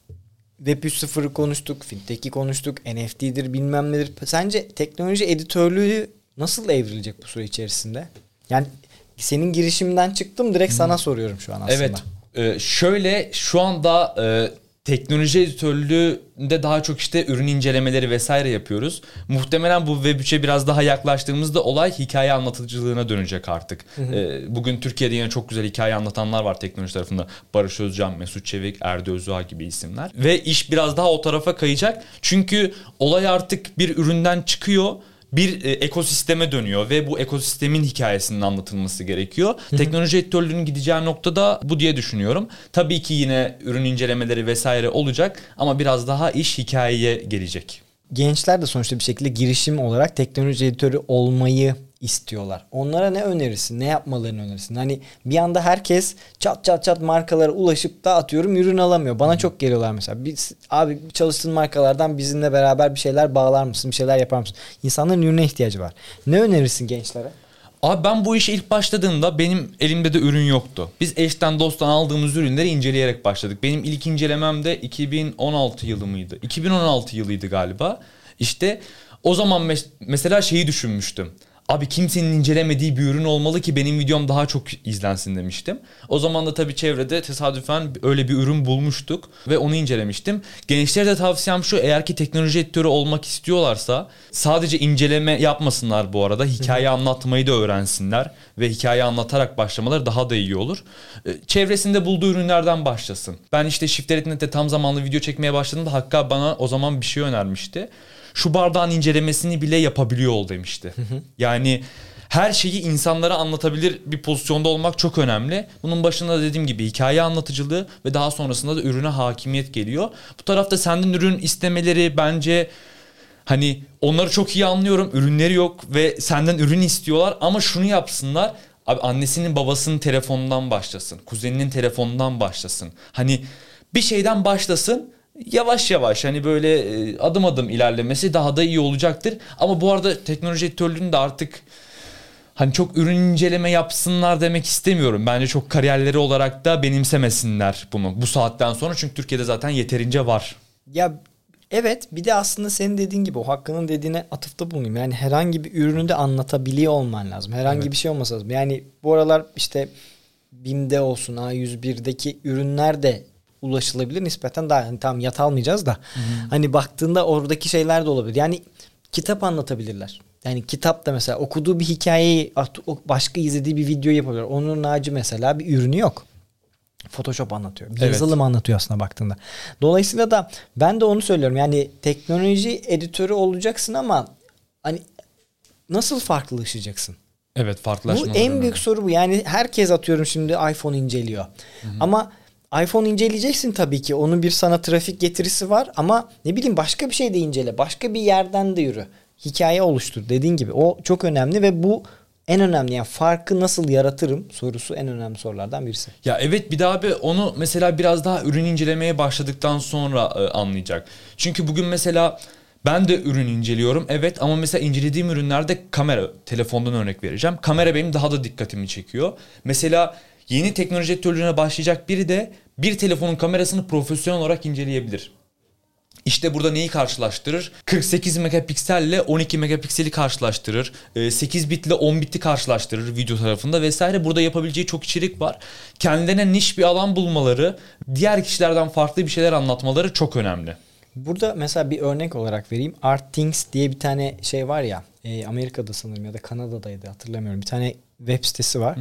Web 3.0'ı konuştuk, Fintech'i konuştuk, NFT'dir bilmem nedir. Sence teknoloji editörlüğü nasıl evrilecek bu süre içerisinde? Yani senin girişimden çıktım direkt sana soruyorum şu an aslında. Evet. Şöyle şu anda teknoloji editörlüğünde daha çok işte ürün incelemeleri vesaire yapıyoruz. Muhtemelen bu Web 3'e biraz daha yaklaştığımızda olay hikaye anlatıcılığına dönecek artık. Bugün Türkiye'de yine çok güzel hikaye anlatanlar var teknoloji tarafında. Barış Özcan, Mesut Çevik, Erdi Özdoğan gibi isimler. Ve iş biraz daha o tarafa kayacak. Çünkü olay artık bir üründen çıkıyor. Bir ekosisteme dönüyor ve bu ekosistemin hikayesinin anlatılması gerekiyor. Teknoloji editörlüğünün gideceği noktada bu diye düşünüyorum. Tabii ki yine ürün incelemeleri vesaire olacak ama biraz daha iş hikayeye gelecek. Gençler de sonuçta bir şekilde girişim olarak teknoloji editörü olmayı istiyorlar. Onlara ne önerirsin? Ne yapmalarını önerirsin? Hani bir anda herkes çat markalara ulaşıp da atıyorum ürün alamıyor. Bana çok geliyorlar mesela. Abi çalıştığın markalardan bizimle beraber bir şeyler bağlar mısın? Bir şeyler yapar mısın? İnsanların ürüne ihtiyacı var. Ne önerirsin gençlere? Abi ben bu işe ilk başladığımda benim elimde de ürün yoktu. Biz eşten dosttan aldığımız ürünleri inceleyerek başladık. Benim ilk incelemem de 2016 yılı mıydı? 2016 yılıydı galiba. İşte o zaman mesela şeyi düşünmüştüm. Abi kimsenin incelemediği bir ürün olmalı ki benim videom daha çok izlensin demiştim. O zaman da tabii çevrede tesadüfen öyle bir ürün bulmuştuk ve onu incelemiştim. Gençlere de tavsiyem şu, eğer ki teknoloji editörü olmak istiyorlarsa sadece inceleme yapmasınlar bu arada. Hikaye anlatmayı da öğrensinler ve hikaye anlatarak başlamaları daha da iyi olur. Çevresinde bulduğu ürünlerden başlasın. Ben işte Shift.net'te tam zamanlı video çekmeye başladığımda Hakkı bana o zaman bir şey önermişti. Şu bardağın incelemesini bile yapabiliyor ol demişti. Yani her şeyi insanlara anlatabilir bir pozisyonda olmak çok önemli. Bunun başında da dediğim gibi hikaye anlatıcılığı ve daha sonrasında da ürüne hakimiyet geliyor. Bu tarafta senden ürün istemeleri bence hani onları çok iyi anlıyorum. Ürünleri yok ve senden ürün istiyorlar ama şunu yapsınlar. Abi annesinin babasının telefonundan başlasın. Kuzeninin telefonundan başlasın. Hani bir şeyden başlasın. Yavaş yavaş hani böyle adım adım ilerlemesi daha da iyi olacaktır. Ama bu arada teknoloji editörlüğünü de artık hani çok ürün inceleme yapsınlar demek istemiyorum. Bence çok kariyerleri olarak da benimsemesinler bunu bu saatten sonra. Çünkü Türkiye'de zaten yeterince var. Ya evet, bir de aslında senin dediğin gibi o Hakkı'nın dediğine atıfta bulunayım. Yani herhangi bir ürünü de anlatabiliyor olman lazım. Herhangi bir şey olmasa lazım. Yani bu aralar işte BİM'de olsun A101'deki ürünler de ulaşılabilir nispeten daha hani tam yat almayacağız da hani baktığında oradaki şeyler de olabilir. Yani kitap anlatabilirler. Yani kitap da mesela okuduğu bir hikayeyi başka izlediği bir video yapabilir. Onur Naci mesela bir ürünü yok. Photoshop anlatıyor. Bir yazılım anlatıyor aslında baktığında. Dolayısıyla da ben de onu söylüyorum. Yani teknoloji editörü olacaksın ama hani nasıl farklılaşacaksın? Evet, farklılaşma. Bu en büyük soru bu. Yani herkes atıyorum şimdi iPhone inceliyor. Ama iPhone inceleyeceksin tabii ki. Onun bir sana trafik getirisi var ama ne bileyim başka bir şey de incele. Başka bir yerden de yürü. Hikaye oluştur dediğin gibi. O çok önemli ve bu en önemli. Yani farkı nasıl yaratırım sorusu en önemli sorulardan birisi. Ya evet, bir daha abi onu mesela biraz daha ürün incelemeye başladıktan sonra anlayacak. Çünkü bugün mesela ben de ürün inceliyorum. Evet, ama mesela incelediğim ürünlerde kamera, telefondan örnek vereceğim. Kamera benim daha da dikkatimi çekiyor. Mesela yeni teknoloji editörlüğüne başlayacak biri de bir telefonun kamerasını profesyonel olarak inceleyebilir. İşte burada neyi karşılaştırır? 48 megapikselle 12 megapikseli karşılaştırır. 8 bitle 10 biti karşılaştırır video tarafında vesaire. Burada yapabileceği çok içerik var. Kendilerine niş bir alan bulmaları, diğer kişilerden farklı bir şeyler anlatmaları çok önemli. Burada mesela bir örnek olarak vereyim. Art Things diye bir tane şey var ya. Amerika'da sanırım ya da Kanada'daydı, hatırlamıyorum. Bir tane web sitesi var.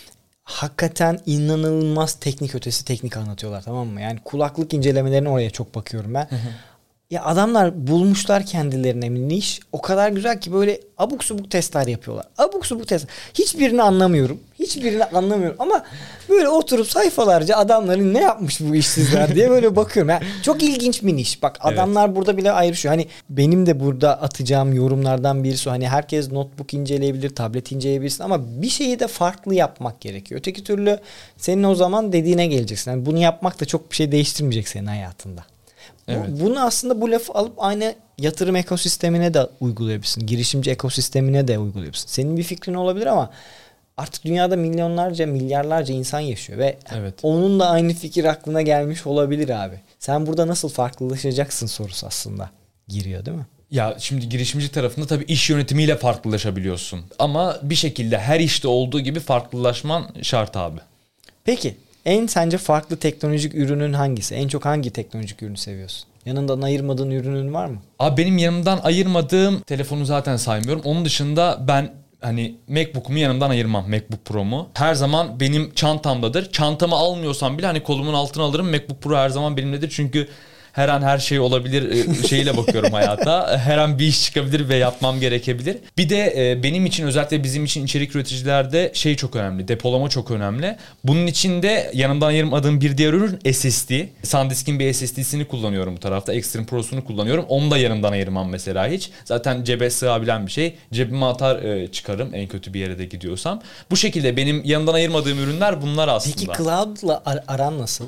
Hakikaten inanılmaz teknik ötesi teknik anlatıyorlar, tamam mı? Yani kulaklık incelemelerine oraya çok bakıyorum ben. Ya adamlar bulmuşlar kendilerine bir niş. O kadar güzel ki böyle abuk subuk testler yapıyorlar. Abuk subuk testler. Hiçbirini anlamıyorum. Hiçbirini anlamıyorum ama böyle oturup sayfalarca adamların ne yapmış bu işsizler diye böyle bakıyorum. Yani çok ilginç bir niş. Bak adamlar burada bile ayrışıyor. Hani benim de burada atacağım yorumlardan birisi hani herkes notebook inceleyebilir, tablet inceleyebilirsin ama bir şeyi de farklı yapmak gerekiyor. Öteki türlü senin o zaman dediğine geleceksin. Yani bunu yapmak da çok bir şey değiştirmeyecek senin hayatında. Evet. Bunu aslında bu lafı alıp aynı yatırım ekosistemine de uygulayabilirsin. Girişimci ekosistemine de uygulayabilirsin. Senin bir fikrin olabilir ama artık dünyada milyonlarca, milyarlarca insan yaşıyor ve onun da aynı fikir aklına gelmiş olabilir abi. Sen burada nasıl farklılaşacaksın sorusu aslında giriyor değil mi? Ya şimdi girişimci tarafında tabii iş yönetimiyle farklılaşabiliyorsun. Ama bir şekilde her işte olduğu gibi farklılaşman şart abi. Peki en sence farklı teknolojik ürünün hangisi? En çok hangi teknolojik ürünü seviyorsun? Yanından ayırmadığın ürünün var mı? Abi benim yanımdan ayırmadığım, telefonu zaten saymıyorum. Onun dışında ben hani MacBook'umu yanımdan ayırmam, MacBook Pro'mu. Her zaman benim çantamdadır. Çantamı almıyorsam bile hani kolumun altına alırım. MacBook Pro her zaman benimledir çünkü her an her şey olabilir şeyle bakıyorum hayata. Her an bir iş çıkabilir ve yapmam gerekebilir. Bir de benim için özellikle bizim için içerik üreticilerde şey çok önemli. Depolama çok önemli. Bunun için de yanımdan ayırmadığım bir diğer ürün SSD. SanDisk'in bir SSD'sini kullanıyorum bu tarafta. Extreme Pro'sunu kullanıyorum. Onu da yanımdan ayırmam mesela hiç. Zaten cebe sığabilen bir şey. Cebime atar çıkarım en kötü bir yere de gidiyorsam. Bu şekilde benim yanımdan ayırmadığım ürünler bunlar aslında. Peki cloud'la aran nasıl?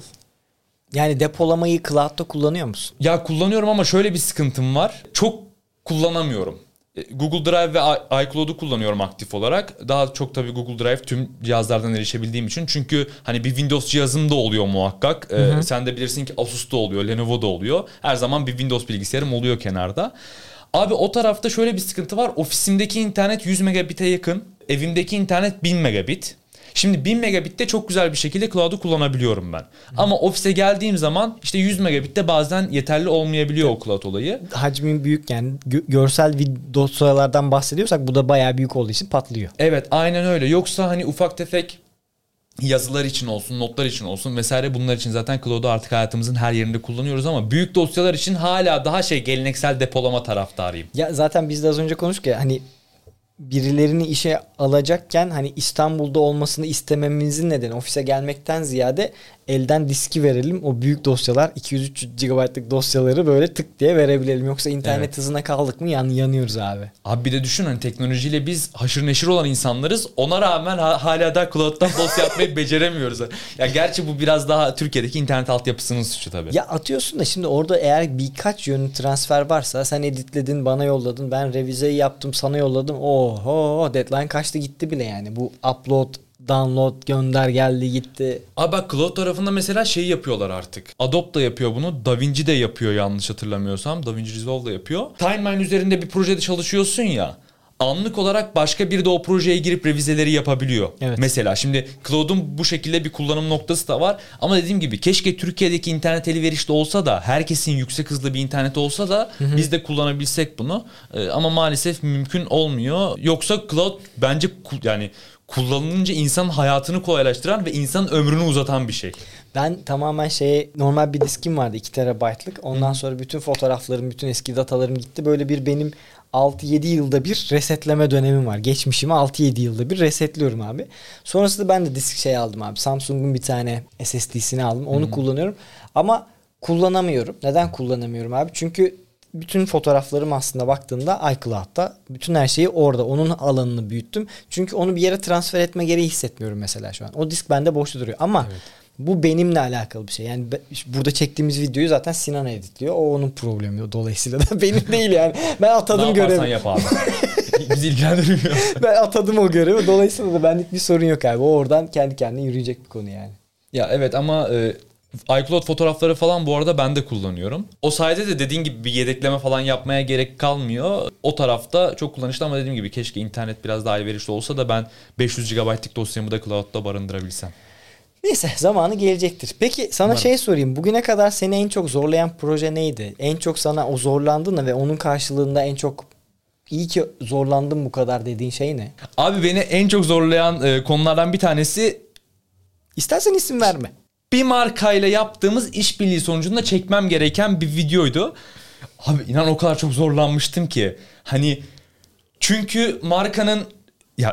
Yani depolamayı cloud'da kullanıyor musun? Ya kullanıyorum ama şöyle bir sıkıntım var. Çok kullanamıyorum. Google Drive ve iCloud'u kullanıyorum aktif olarak. Daha çok tabii Google Drive tüm cihazlardan erişebildiğim için. Çünkü hani bir Windows cihazım da oluyor muhakkak. Sen de bilirsin ki Asus'ta oluyor, Lenovo'da oluyor. Her zaman bir Windows bilgisayarım oluyor kenarda. Abi o tarafta şöyle bir sıkıntı var. Ofisimdeki internet 100 megabit'e yakın. Evimdeki internet 1000 megabit. Şimdi 1000 megabitte çok güzel bir şekilde cloud'u kullanabiliyorum ben. Ama ofise geldiğim zaman işte 100 megabitte bazen yeterli olmayabiliyor o cloud olayı. Hacmin büyük yani görsel dosyalardan bahsediyorsak bu da bayağı büyük olduğu için patlıyor. Evet aynen öyle. Yoksa hani ufak tefek yazılar için olsun, notlar için olsun vesaire bunlar için zaten cloud'u artık hayatımızın her yerinde kullanıyoruz ama büyük dosyalar için hala daha geleneksel depolama taraftarıyım. Ya zaten biz de az önce konuştuk ya hani birilerini işe alacakken hani İstanbul'da olmasını istememizin nedeni ofise gelmekten ziyade elden diski verelim. O büyük dosyalar 200-300 GB'lık dosyaları böyle tık diye verebilelim. Yoksa internet hızına kaldık mı yanıyoruz abi. Abi bir de düşün hani teknolojiyle biz haşır neşir olan insanlarız. Ona rağmen hala da cloud'dan dosya atmayı beceremiyoruz. Ya gerçi bu biraz daha Türkiye'deki internet altyapısının suçu tabii. Ya atıyorsun da şimdi orada eğer birkaç yönlü transfer varsa sen editledin bana yolladın ben revizeyi yaptım sana yolladım. Oho deadline kaçtı gitti bile yani. Bu upload download gönder geldi gitti. Abi bak Cloud tarafında mesela şey yapıyorlar artık. Adobe da yapıyor bunu. DaVinci de yapıyor yanlış hatırlamıyorsam. DaVinci Resolve da yapıyor. Timeline üzerinde bir projede çalışıyorsun ya. Anlık olarak başka biri de o projeye girip revizeleri yapabiliyor. Evet. Mesela şimdi Cloud'un bu şekilde bir kullanım noktası da var. Ama dediğim gibi keşke Türkiye'deki internet elverişli olsa da herkesin yüksek hızlı bir internet olsa da biz de kullanabilsek bunu. Ama maalesef mümkün olmuyor. Yoksa Cloud bence yani kullanılınca insanın hayatını kolaylaştıran ve insanın ömrünü uzatan bir şey. Ben tamamen normal bir diskim vardı 2 TB'lık. Ondan sonra bütün fotoğraflarım, bütün eski datalarım gitti. Böyle bir benim 6-7 yılda bir resetleme dönemim var. Geçmişimi 6-7 yılda bir resetliyorum abi. Sonrasında ben de disk aldım abi. Samsung'un bir tane SSD'sini aldım. Onu kullanıyorum. Ama kullanamıyorum. Neden kullanamıyorum abi? Çünkü bütün fotoğraflarım aslında baktığında iCloud'da. Bütün her şeyi orada. Onun alanını büyüttüm. Çünkü onu bir yere transfer etme gereği hissetmiyorum mesela şu an. O disk bende boşta duruyor. Ama bu benimle alakalı bir şey. Yani burada çektiğimiz videoyu zaten Sinan editliyor. O onun problemi. Dolayısıyla da benim değil yani. Ben atadım görevi. Ne yaparsan yap abi. Bizi ilgilendirmiyor. Ben atadım o görevi. Dolayısıyla da benlik bir sorun yok abi. O oradan kendi kendine yürüyecek bir konu yani. Ya evet ama iCloud fotoğrafları falan bu arada ben de kullanıyorum. O sayede de dediğin gibi bir yedekleme falan yapmaya gerek kalmıyor. O tarafta çok kullanışlı ama dediğim gibi keşke internet biraz daha elverişli olsa da ben 500 GB'lık dosyamı da Cloud'da barındırabilsem. Neyse zamanı gelecektir. Peki sana sorayım. Bugüne kadar seni en çok zorlayan proje neydi? En çok sana o zorlandığında ve onun karşılığında en çok iyi ki zorlandım bu kadar dediğin şey ne? Abi beni en çok zorlayan konulardan bir tanesi... İstersen isim verme. Bir markayla yaptığımız işbirliği sonucunda çekmem gereken bir videoydu. Abi inan o kadar çok zorlanmıştım ki. Hani çünkü markanın... ya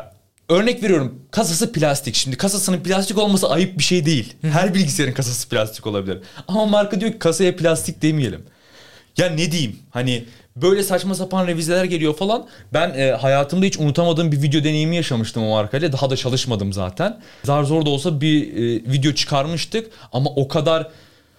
Örnek veriyorum, kasası plastik. Şimdi kasasının plastik olması ayıp bir şey değil. Her bilgisayarın kasası plastik olabilir. Ama marka diyor ki kasaya plastik demeyelim. Ya ne diyeyim, hani böyle saçma sapan revizeler geliyor falan. Ben hayatımda hiç unutamadığım bir video deneyimi yaşamıştım o markayla. Daha da çalışmadım zaten. Zar zor da olsa bir video çıkarmıştık. Ama o kadar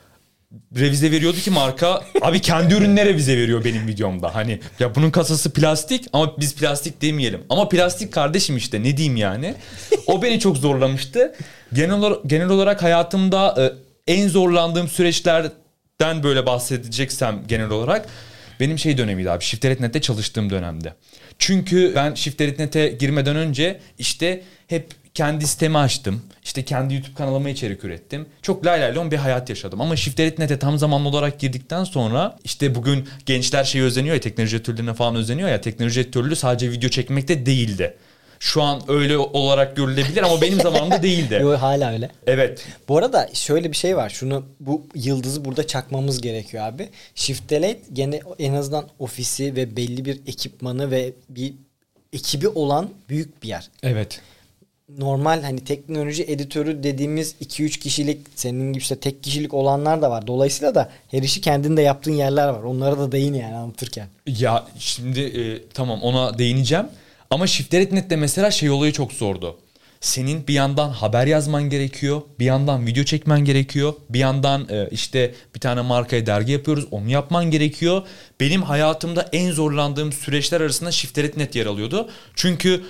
revize veriyordu ki marka. Abi kendi ürününe revize veriyor benim videomda. Hani ya bunun kasası plastik ama biz plastik demeyelim. Ama plastik kardeşim işte, ne diyeyim yani. O beni çok zorlamıştı. Genel olarak hayatımda en zorlandığım süreçlerden böyle bahsedeceksem genel olarak benim şey dönemiydi abi. Shift.net'te çalıştığım dönemde. Çünkü ben Shift.net'e girmeden önce işte hep kendi sitemi açtım. İşte kendi YouTube kanalıma içerik ürettim. Çok lay lay lon bir hayat yaşadım. Ama Shift.net'e tam zamanlı olarak girdikten sonra işte bugün gençler şeyi özeniyor ya, teknoloji editörlüğüne falan özeniyor ya. Teknoloji editörlüğü sadece video çekmekte değildi. Şu an öyle olarak görülebilir ama benim zamanımda değildi. Yo, hala öyle. Evet. Bu arada şöyle bir şey var. Bu yıldızı burada çakmamız gerekiyor abi. Shift.net gene en azından ofisi ve belli bir ekipmanı ve bir ekibi olan büyük bir yer. Evet. Normal hani teknoloji editörü dediğimiz 2-3 kişilik, senin gibi işte tek kişilik olanlar da var. Dolayısıyla da her işi kendinde yaptığın yerler var. Onlara da değin yani anlatırken. Ya şimdi tamam, ona değineceğim. Ama Shift.net'te mesela şey olayı çok zordu. Senin bir yandan haber yazman gerekiyor. Bir yandan video çekmen gerekiyor. Bir yandan işte bir tane markaya dergi yapıyoruz. Onu yapman gerekiyor. Benim hayatımda en zorlandığım süreçler arasında Shift.net yer alıyordu. Çünkü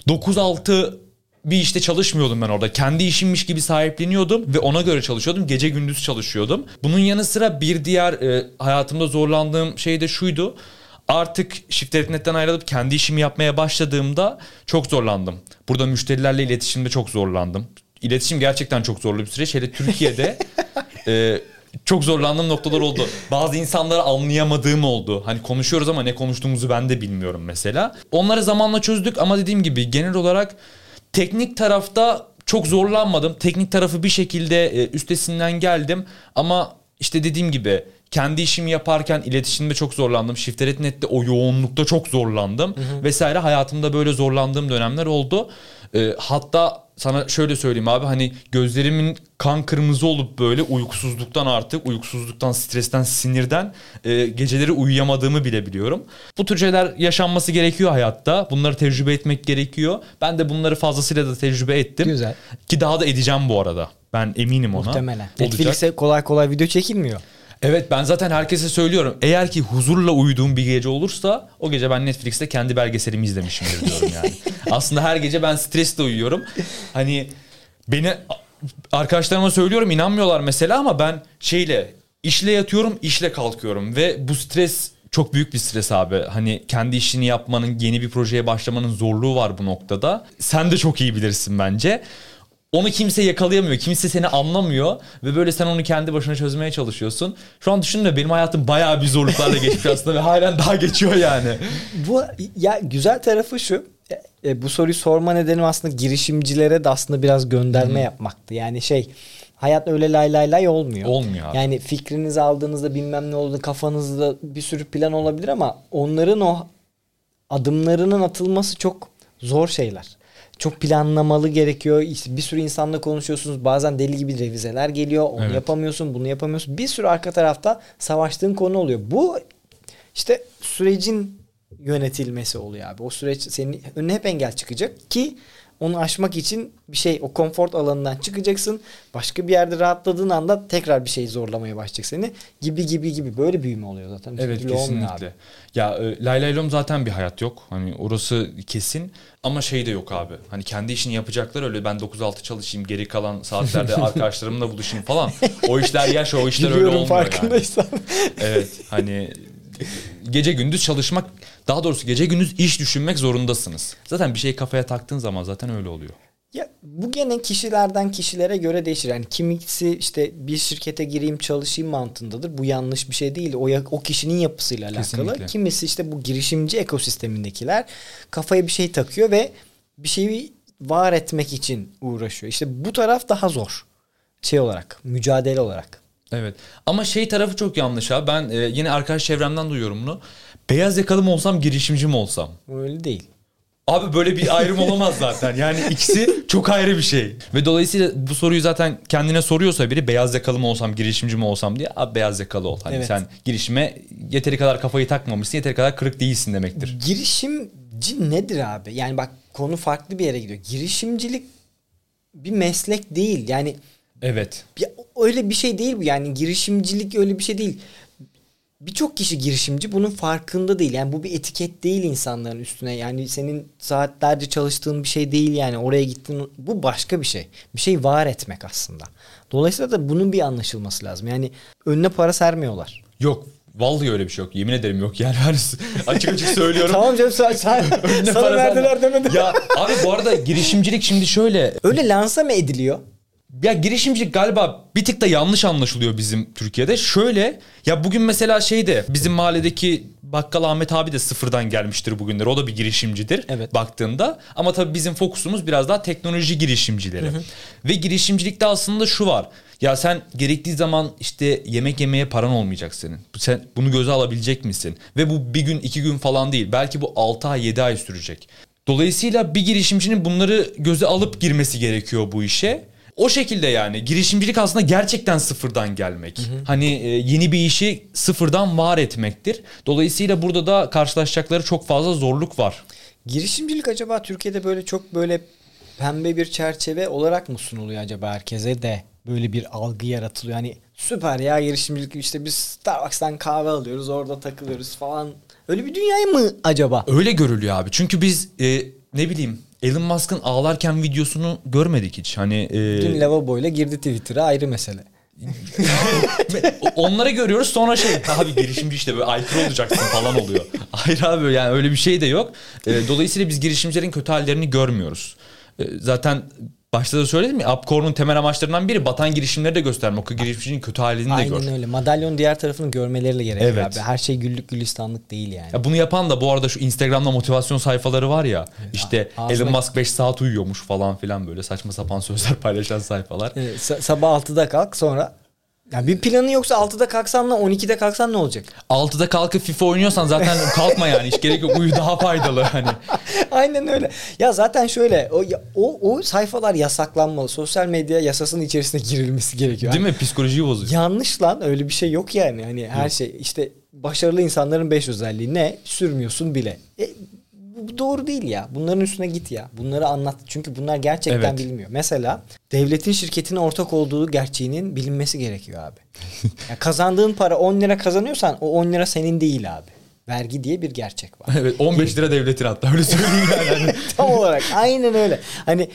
9-6 bir işte çalışmıyordum ben orada. Kendi işimmiş gibi sahipleniyordum ve ona göre çalışıyordum. Gece gündüz çalışıyordum. Bunun yanı sıra bir diğer hayatımda zorlandığım şey de şuydu. Artık Shift.net'ten ayrılıp kendi işimi yapmaya başladığımda çok zorlandım. Burada müşterilerle iletişimde çok zorlandım. İletişim gerçekten çok zorlu bir süreç. Hele Türkiye'de çok zorlandığım noktalar oldu. Bazı insanları anlayamadığım oldu. Hani konuşuyoruz ama ne konuştuğumuzu ben de bilmiyorum mesela. Onları zamanla çözdük ama dediğim gibi genel olarak teknik tarafta çok zorlanmadım. Teknik tarafı bir şekilde üstesinden geldim. Ama işte dediğim gibi kendi işimi yaparken iletişimde çok zorlandım. Shift.net'te o yoğunlukta çok zorlandım. Vesaire, hayatımda böyle zorlandığım dönemler oldu. Hatta sana şöyle söyleyeyim abi, hani gözlerimin kan kırmızı olup böyle uykusuzluktan, stresten, sinirden geceleri uyuyamadığımı bile biliyorum. Bu tür şeyler yaşanması gerekiyor hayatta. Bunları tecrübe etmek gerekiyor. Ben de bunları fazlasıyla da tecrübe ettim. Güzel. Ki daha da edeceğim bu arada. Ben eminim ona. Muhtemelen. Netflix'e kolay kolay video çekilmiyor. Evet, ben zaten herkese söylüyorum. Eğer ki huzurla uyuduğum bir gece olursa o gece ben Netflix'te kendi belgeselimi izlemişimdir diyorum yani. Aslında her gece ben stresle uyuyorum. Hani beni arkadaşlarıma söylüyorum, inanmıyorlar mesela ama ben işle yatıyorum, işle kalkıyorum ve bu stres çok büyük bir stres abi. Hani kendi işini yapmanın, yeni bir projeye başlamanın zorluğu var bu noktada. Sen de çok iyi bilirsin bence. Onu kimse yakalayamıyor. Kimse seni anlamıyor. Ve böyle sen onu kendi başına çözmeye çalışıyorsun. Şu an düşündüm, benim hayatım bayağı bir zorluklarla geçmiş aslında ve halen daha geçiyor yani. Bu ya güzel tarafı şu. Bu soruyu sorma nedenim aslında girişimcilere de aslında biraz gönderme yapmaktı. Yani hayat öyle lay lay lay olmuyor. Olmuyor abi. Yani fikrinizi aldığınızda bilmem ne oldu, kafanızda bir sürü plan olabilir ama onların o adımlarının atılması çok zor şeyler. Çok planlamalı gerekiyor. İşte bir sürü insanla konuşuyorsunuz. Bazen deli gibi revizeler geliyor. Onu yapamıyorsun, bunu yapamıyorsun. Bir sürü arka tarafta savaştığın konu oluyor. Bu işte sürecin yönetilmesi oluyor abi. O süreç senin önüne hep engel çıkacak ki onu aşmak için o konfor alanından çıkacaksın. Başka bir yerde rahatladığın anda tekrar bir şey zorlamaya başlayacak seni. Gibi böyle büyüme oluyor zaten. Evet, kesinlikle. Ya lay lay lom zaten bir hayat yok. Hani orası kesin. Ama de yok abi. Hani kendi işini yapacaklar, öyle ben 9-6 çalışayım, geri kalan saatlerde arkadaşlarımla buluşayım falan. O işler o işler öyle olmuyor farkındaysan. Yani. Evet, hani gece gündüz çalışmak, daha doğrusu gece gündüz iş düşünmek zorundasınız. Zaten bir şey kafaya taktığın zaman zaten öyle oluyor. Ya bu gene kişilerden kişilere göre değişir. Yani kimisi işte bir şirkete gireyim çalışayım mantığındadır. Bu yanlış bir şey değil. O kişinin yapısıyla alakalı. Kesinlikle. Kimisi işte bu girişimci ekosistemindekiler kafaya bir şey takıyor ve bir şeyi var etmek için uğraşıyor. İşte bu taraf daha zor. Olarak, mücadele olarak. Evet. Ama tarafı çok yanlış ha. Ben yine arkadaş çevremden duyuyorum bunu. Beyaz yakalı mı olsam, girişimci mi olsam? Öyle değil. Abi böyle bir ayrım olamaz zaten. Yani ikisi çok ayrı bir şey. Ve dolayısıyla bu soruyu zaten kendine soruyorsa biri, beyaz yakalı mı olsam, girişimci mi olsam diye, abi beyaz yakalı ol. Hani Evet. sen girişime yeteri kadar kafayı takmamışsın, yeteri kadar kırık değilsin demektir. Girişimci nedir abi? Yani bak, konu farklı bir yere gidiyor. Girişimcilik bir meslek değil. Yani Evet. öyle bir şey değil bu. Yani girişimcilik öyle bir şey değil. Birçok kişi girişimci, bunun farkında değil. Yani bu bir etiket değil insanların üstüne. Yani senin saatlerce çalıştığın bir şey değil yani. Oraya gittin, bu başka bir şey. Bir şey var etmek aslında. Dolayısıyla da bunun bir anlaşılması lazım. Yani önüne para sermiyorlar. Yok. Vallahi öyle bir şey yok. Yemin ederim yok yani. Açık açık söylüyorum. Tamam canım, sana verdiler demedim. Ya abi bu arada girişimcilik şimdi şöyle. Öyle lanse mi ediliyor? Ya girişimcilik galiba bir tık da yanlış anlaşılıyor bizim Türkiye'de. Şöyle, ya bugün mesela bizim mahalledeki bakkal Ahmet abi de sıfırdan gelmiştir bugünlere. O da bir girişimcidir baktığında. Ama tabii bizim fokusumuz biraz daha teknoloji girişimcileri. Ve girişimcilikte aslında şu var. Ya sen gerektiği zaman işte yemek yemeye paran olmayacak senin. Sen bunu göze alabilecek misin? Ve bu bir gün 2 gün falan değil. Belki bu 6 ay 7 ay sürecek. Dolayısıyla bir girişimcinin bunları göze alıp girmesi gerekiyor bu işe. O şekilde yani girişimcilik aslında gerçekten sıfırdan gelmek. Hani yeni bir işi sıfırdan var etmektir. Dolayısıyla burada da karşılaşacakları çok fazla zorluk var. Girişimcilik acaba Türkiye'de böyle çok böyle pembe bir çerçeve olarak mı sunuluyor acaba, herkese de böyle bir algı yaratılıyor? Hani süper ya girişimcilik, işte biz Starbucks'tan kahve alıyoruz, orada takılıyoruz falan. Öyle bir dünya mı acaba? Öyle görülüyor abi. Çünkü biz ne bileyim, Elon Musk'ın ağlarken videosunu görmedik hiç. Hani dün lavaboyla girdi Twitter'a, ayrı mesele. Onları görüyoruz, sonra abi girişimci işte böyle aykırı olacaksın falan oluyor. Hayır abi, yani öyle bir şey de yok. Dolayısıyla biz girişimcilerin kötü hallerini görmüyoruz. Zaten başta da söyledim ya, Upcorn'un temel amaçlarından biri batan girişimleri de göstermek. O girişimcinin kötü halini de gör. Aynen öyle. Madalyonun diğer tarafını görmeleri gerekiyor Evet. abi. Her şey güllük gülistanlık değil yani. Ya bunu yapan da bu arada şu Instagram'da motivasyon sayfaları var ya. İşte Elon Musk 5 saat uyuyormuş falan filan, böyle saçma sapan sözler paylaşan sayfalar. Sabah 6'da kalk, sonra ya bir planın yoksa 6'da kalksan da 12'de kalksan ne olacak? 6'da kalkıp FIFA oynuyorsan zaten kalkma yani, hiç gerek yok, uyu daha faydalı hani. Aynen öyle. Ya zaten şöyle, o sayfalar yasaklanmalı. Sosyal medya yasasının içerisine girilmesi gerekiyor. Değil mi? Psikolojiyi bozuyor. Yanlış lan, öyle bir şey yok yani. Hani her şey işte, başarılı insanların 5 özelliği ne? Sürmüyorsun bile. Bu doğru değil ya. Bunların üstüne git ya. Bunları anlat. Çünkü bunlar gerçekten bilinmiyor. Mesela devletin şirketine ortak olduğu gerçeğinin bilinmesi gerekiyor abi. Ya kazandığın para 10 lira kazanıyorsan o 10 lira senin değil abi. Vergi diye bir gerçek var. Evet, 15 lira devletin, hatta öyle söyleyeyim yani. Tam olarak aynen öyle. Hani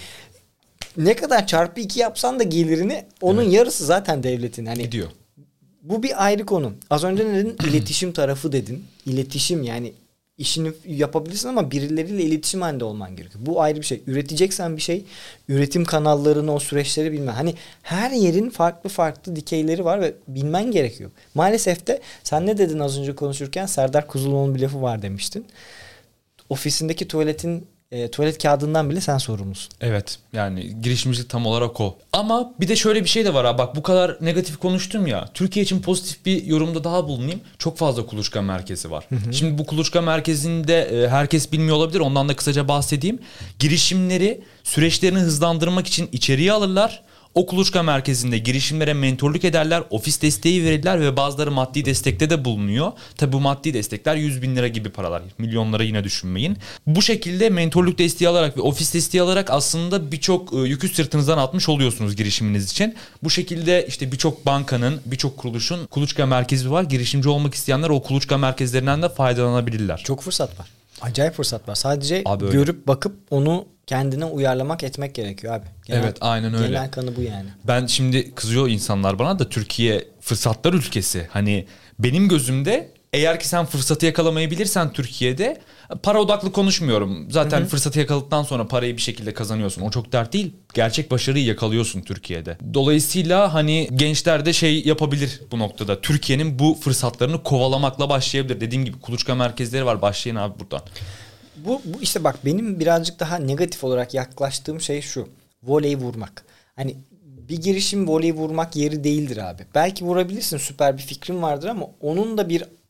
ne kadar çarpı 2 yapsan da gelirini, onun yarısı zaten devletin. Hani gidiyor. Bu bir ayrı konu. Az önce ne dedin? İletişim tarafı dedin. İletişim, yani işini yapabilirsin ama birileriyle iletişim halinde olman gerekiyor. Bu ayrı bir şey. Üreteceksen bir şey, üretim kanallarını, o süreçleri bilmen. Hani her yerin farklı farklı dikeyleri var ve bilmen gerekiyor. Maalesef de sen ne dedin az önce konuşurken? Serdar Kuzuloğlu'nun bir lafı var demiştin. Ofisindeki tuvalet kağıdından bile sen sorumlusun. Evet, yani girişimcilik tam olarak o. Ama bir de şöyle bir şey de var abi. Bak bu kadar negatif konuştum ya. Türkiye için pozitif bir yorumda daha bulunayım. Çok fazla kuluçka merkezi var. Şimdi bu kuluçka merkezinde herkes bilmiyor olabilir. Ondan da kısaca bahsedeyim. Girişimleri, süreçlerini hızlandırmak için içeriye alırlar. O kuluçka merkezinde girişimlere mentorluk ederler, ofis desteği verirler ve bazıları maddi destekte de bulunuyor. Tabi bu maddi destekler 100.000 lira gibi paralar, milyonlara yine düşünmeyin. Bu şekilde mentorluk desteği alarak ve ofis desteği alarak aslında birçok yükü sırtınızdan atmış oluyorsunuz girişiminiz için. Bu şekilde işte birçok bankanın, birçok kuruluşun kuluçka merkezi var. Girişimci olmak isteyenler o kuluçka merkezlerinden de faydalanabilirler. Çok fırsat var. Acayip fırsat var. Sadece abi görüp bakıp onu kendine uyarlamak etmek gerekiyor abi. Evet, aynen öyle. Genel kanı bu yani. Ben şimdi kızıyor insanlar bana da, Türkiye fırsatlar ülkesi. Hani benim gözümde eğer ki sen fırsatı yakalamayı bilirsen Türkiye'de, para odaklı konuşmuyorum. Zaten fırsatı yakaladıktan sonra parayı bir şekilde kazanıyorsun. O çok dert değil. Gerçek başarıyı yakalıyorsun Türkiye'de. Dolayısıyla hani gençler de yapabilir bu noktada. Türkiye'nin bu fırsatlarını kovalamakla başlayabilir. Dediğim gibi kuluçka merkezleri var. Başlayın abi buradan. Bu işte bak, benim birazcık daha negatif olarak yaklaştığım şey şu. Voley vurmak. Hani bir girişim voley vurmak yeri değildir abi. Belki vurabilirsin, süper bir fikrin vardır ama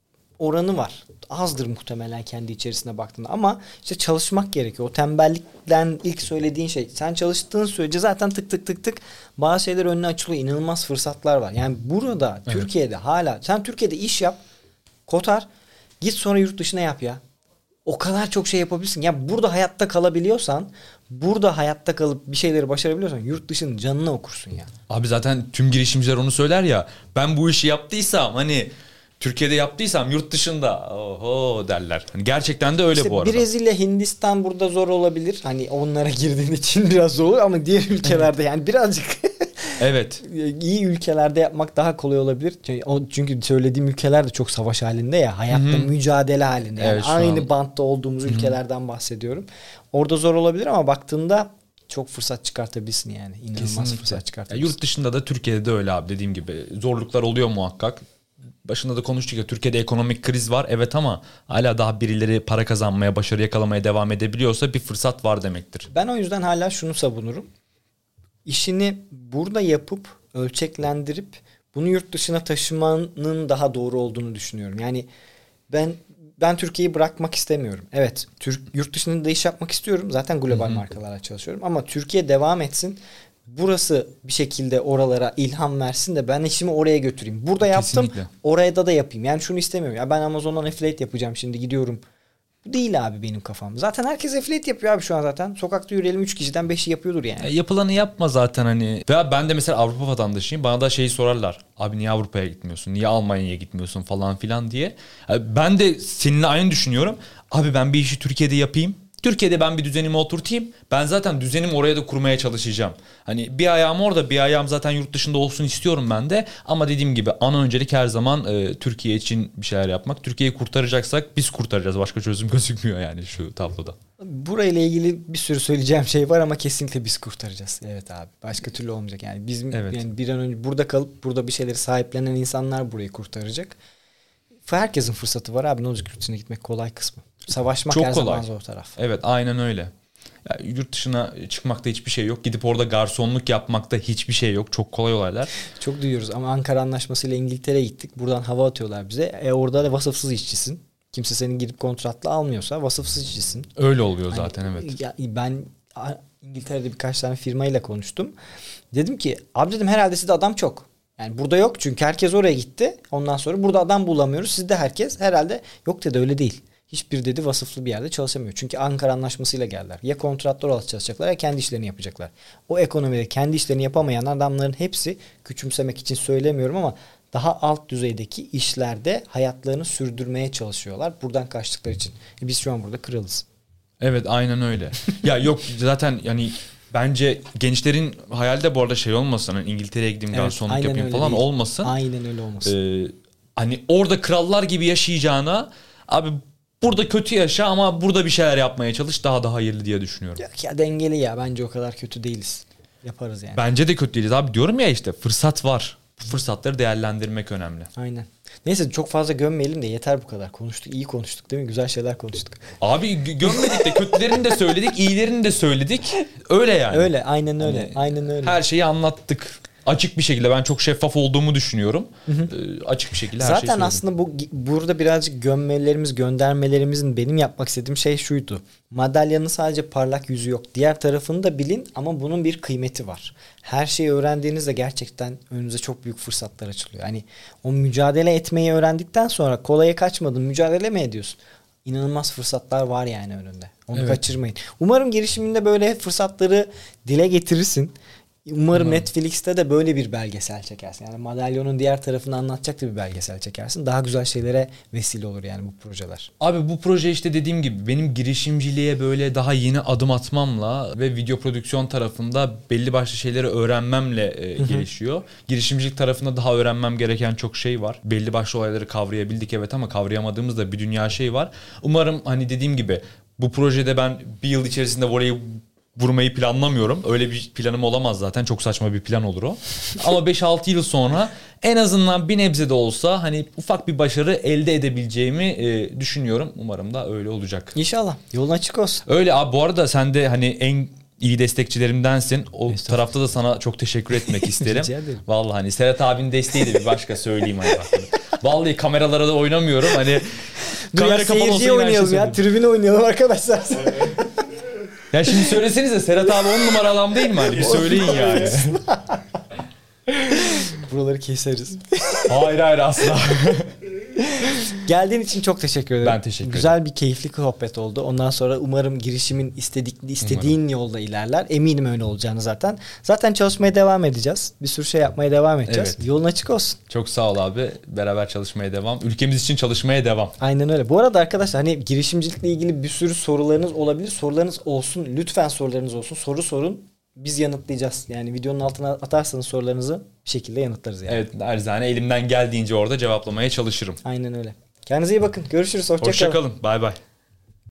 oranı var. Azdır muhtemelen kendi içerisine baktığında ama işte çalışmak gerekiyor. O tembellikten ilk söylediğin şey. Sen çalıştığın sürece zaten tık tık tık tık bazı şeyler önüne açılıyor. İnanılmaz fırsatlar var. Yani burada Türkiye'de hala sen Türkiye'de iş yap, kotar, git sonra yurt dışına yap ya. O kadar çok şey yapabilirsin. Ya burada hayatta kalabiliyorsan, burada hayatta kalıp bir şeyleri başarabiliyorsan yurt dışının canını okursun ya. Abi zaten tüm girişimciler onu söyler ya. Ben bu işi yaptıysam hani Türkiye'de yaptıysam yurt dışında oho derler. Hani gerçekten de öyle işte bu arada. Brezilya, Hindistan burada zor olabilir. Hani onlara girdiğin için biraz zor ama diğer ülkelerde yani birazcık evet. iyi ülkelerde yapmak daha kolay olabilir. Çünkü söylediğim ülkeler de çok savaş halinde ya. Hayatta mücadele halinde. Yani Evet, aynı bantta olduğumuz ülkelerden bahsediyorum. Orada zor olabilir ama baktığında çok fırsat çıkartabilirsin yani. İnanılmaz Kesinlikle. fırsat çıkartabilirsin. Yurt dışında da Türkiye'de de öyle abi, dediğim gibi. Zorluklar oluyor muhakkak. Başında da konuştuk ya, Türkiye'de ekonomik kriz var evet ama hala daha birileri para kazanmaya, başarı yakalamaya devam edebiliyorsa bir fırsat var demektir. Ben o yüzden hala şunu savunurum. İşini burada yapıp ölçeklendirip bunu yurt dışına taşımanın daha doğru olduğunu düşünüyorum. Yani ben Türkiye'yi bırakmak istemiyorum. Evet, yurt dışında da iş yapmak istiyorum. Zaten global markalarla çalışıyorum ama Türkiye devam etsin. Burası bir şekilde oralara ilham versin de ben işimi oraya götüreyim. Burada yaptım, Kesinlikle. oraya da yapayım. Yani şunu istemiyorum. Ya ben Amazon'dan affiliate yapacağım şimdi gidiyorum. Bu değil abi benim kafam. Zaten herkes affiliate yapıyor abi şu an zaten. Sokakta yürüyelim 3 kişiden 5'i yapıyordur yani. Yapılanı yapma zaten hani. Veya ben de mesela Avrupa vatandaşıyım. Bana da şeyi sorarlar. Abi niye Avrupa'ya gitmiyorsun? Niye Almanya'ya gitmiyorsun falan filan diye. Ben de seninle aynı düşünüyorum. Abi ben bir işi Türkiye'de yapayım. Türkiye'de ben bir düzenimi oturtayım. Ben zaten düzenimi oraya da kurmaya çalışacağım. Hani bir ayağım orada, bir ayağım zaten yurt dışında olsun istiyorum ben de. Ama dediğim gibi ana öncelik her zaman Türkiye için bir şeyler yapmak. Türkiye'yi kurtaracaksak biz kurtaracağız. Başka çözüm gözükmüyor yani şu tabloda. Burayla ilgili bir sürü söyleyeceğim şey var ama kesinlikle biz kurtaracağız. Evet abi. Başka türlü olmayacak yani. Bizim yani bir an önce burada kalıp burada bir şeyleri sahiplenen insanlar burayı kurtaracak. Herkesin fırsatı var abi. Ne olacak, yurt dışına gitmek kolay kısmı. Savaşmak çok her kolay. zaman zor taraf. Evet aynen öyle. Yani yurt dışına çıkmakta hiçbir şey yok. Gidip orada garsonluk yapmakta hiçbir şey yok. Çok kolay olaylar. Çok duyuyoruz ama Ankara Anlaşması ile İngiltere'ye gittik. Buradan hava atıyorlar bize. Orada da vasıfsız işçisin. Kimse senin gidip kontratla almıyorsa vasıfsız işçisin. Öyle oluyor zaten evet. Ben İngiltere'de birkaç tane firmayla konuştum. Dedim ki abi dedim herhalde sizde adam çok. Yani burada yok çünkü herkes oraya gitti. Ondan sonra burada adam bulamıyoruz. Sizde herkes herhalde yok dedi, öyle değil. Hiçbir dedi vasıflı bir yerde çalışamıyor. Çünkü Ankara Anlaşması'yla geldiler. Ya kontratlar olarak çalışacaklar ya kendi işlerini yapacaklar. O ekonomide kendi işlerini yapamayan adamların hepsi, küçümsemek için söylemiyorum ama daha alt düzeydeki işlerde hayatlarını sürdürmeye çalışıyorlar. Buradan kaçtıkları için. Biz şu an burada kralız. Evet aynen öyle. Ya yok zaten yani bence gençlerin hayali de bu arada şey olmasın. Hani İngiltere'ye gideyim garsonluk yapayım falan değil. Olmasın. Aynen öyle olmasın. Hani orada krallar gibi yaşayacağına abi burada kötü yaşa ama burada bir şeyler yapmaya çalış, daha da hayırlı diye düşünüyorum. Ya dengeli ya, bence o kadar kötü değiliz. Yaparız yani. Bence de kötü değiliz abi, diyorum ya işte fırsat var. Bu fırsatları değerlendirmek önemli. Aynen. Neyse çok fazla gömmeyelim de yeter bu kadar. Konuştuk, iyi konuştuk değil mi? Güzel şeyler konuştuk. Abi gömmedik de kötülerini de söyledik, iyilerini de söyledik. Öyle yani. Öyle, aynen öyle. Hani aynen öyle. Her şeyi anlattık. Açık bir şekilde, ben çok şeffaf olduğumu düşünüyorum. Açık bir şekilde her şeyi söyledim. Zaten aslında burada birazcık gömmelerimiz, göndermelerimizin benim yapmak istediğim şey şuydu. Madalyanın sadece parlak yüzü yok. Diğer tarafını da bilin ama bunun bir kıymeti var. Her şeyi öğrendiğinizde gerçekten önünüze çok büyük fırsatlar açılıyor. Hani o mücadele etmeyi öğrendikten sonra kolaya kaçmadın, mücadele mi ediyorsun? İnanılmaz fırsatlar var yani önünde. Onu kaçırmayın. Umarım girişiminde böyle fırsatları dile getirirsin. Umarım Netflix'te de böyle bir belgesel çekersin. Yani madalyonun diğer tarafını anlatacak da bir belgesel çekersin. Daha güzel şeylere vesile olur yani bu projeler. Abi bu proje işte dediğim gibi benim girişimciliğe böyle daha yeni adım atmamla ve video prodüksiyon tarafında belli başlı şeyleri öğrenmemle gelişiyor. Girişimcilik tarafında daha öğrenmem gereken çok şey var. Belli başlı olayları kavrayabildik evet ama kavrayamadığımız da bir dünya şey var. Umarım hani dediğim gibi bu projede ben bir yıl içerisinde orayı vurmayı planlamıyorum. Öyle bir planım olamaz zaten. Çok saçma bir plan olur o. Ama 5-6 yıl sonra en azından bir nebze de olsa hani ufak bir başarı elde edebileceğimi düşünüyorum. Umarım da öyle olacak. İnşallah. Yolun açık olsun. Öyle abi, bu arada sen de hani en iyi destekçilerimdensin. O tarafta da sana çok teşekkür etmek isterim. Rica ederim. Vallahi hani Serhat abinin desteği de bir başka söyleyeyim hani. Vallahi kameralara da oynamıyorum. Hani kamera kapalı olsa seyirciye yine her oynayalım şey ya. söylerim. Tribüne oynayalım arkadaşlar. Ya şimdi söylesenize, Serhat abi 10 numara adam değil mi? Hani bir söyleyin yani. Buraları keseriz. Hayır asla. Geldiğin için çok teşekkür ederim. Ben teşekkür ederim. Güzel bir keyifli sohbet oldu. Ondan sonra umarım girişimin istediğin yolda ilerler. Eminim öyle olacağını zaten. Zaten çalışmaya devam edeceğiz. Bir sürü şey yapmaya devam edeceğiz. Evet. Yolun açık olsun. Çok sağ ol abi. Beraber çalışmaya devam. Ülkemiz için çalışmaya devam. Aynen öyle. Bu arada arkadaşlar hani girişimcilikle ilgili bir sürü sorularınız olabilir. Sorularınız olsun. Lütfen sorularınız olsun. Soru sorun. Biz yanıtlayacağız. Yani videonun altına atarsanız sorularınızı bir şekilde yanıtlarız yani. Evet, erzane elimden geldiğince orada cevaplamaya çalışırım. Aynen öyle. Kendinize iyi bakın. Görüşürüz. Hoşça kalın. Hoşça kalın. Bay bay.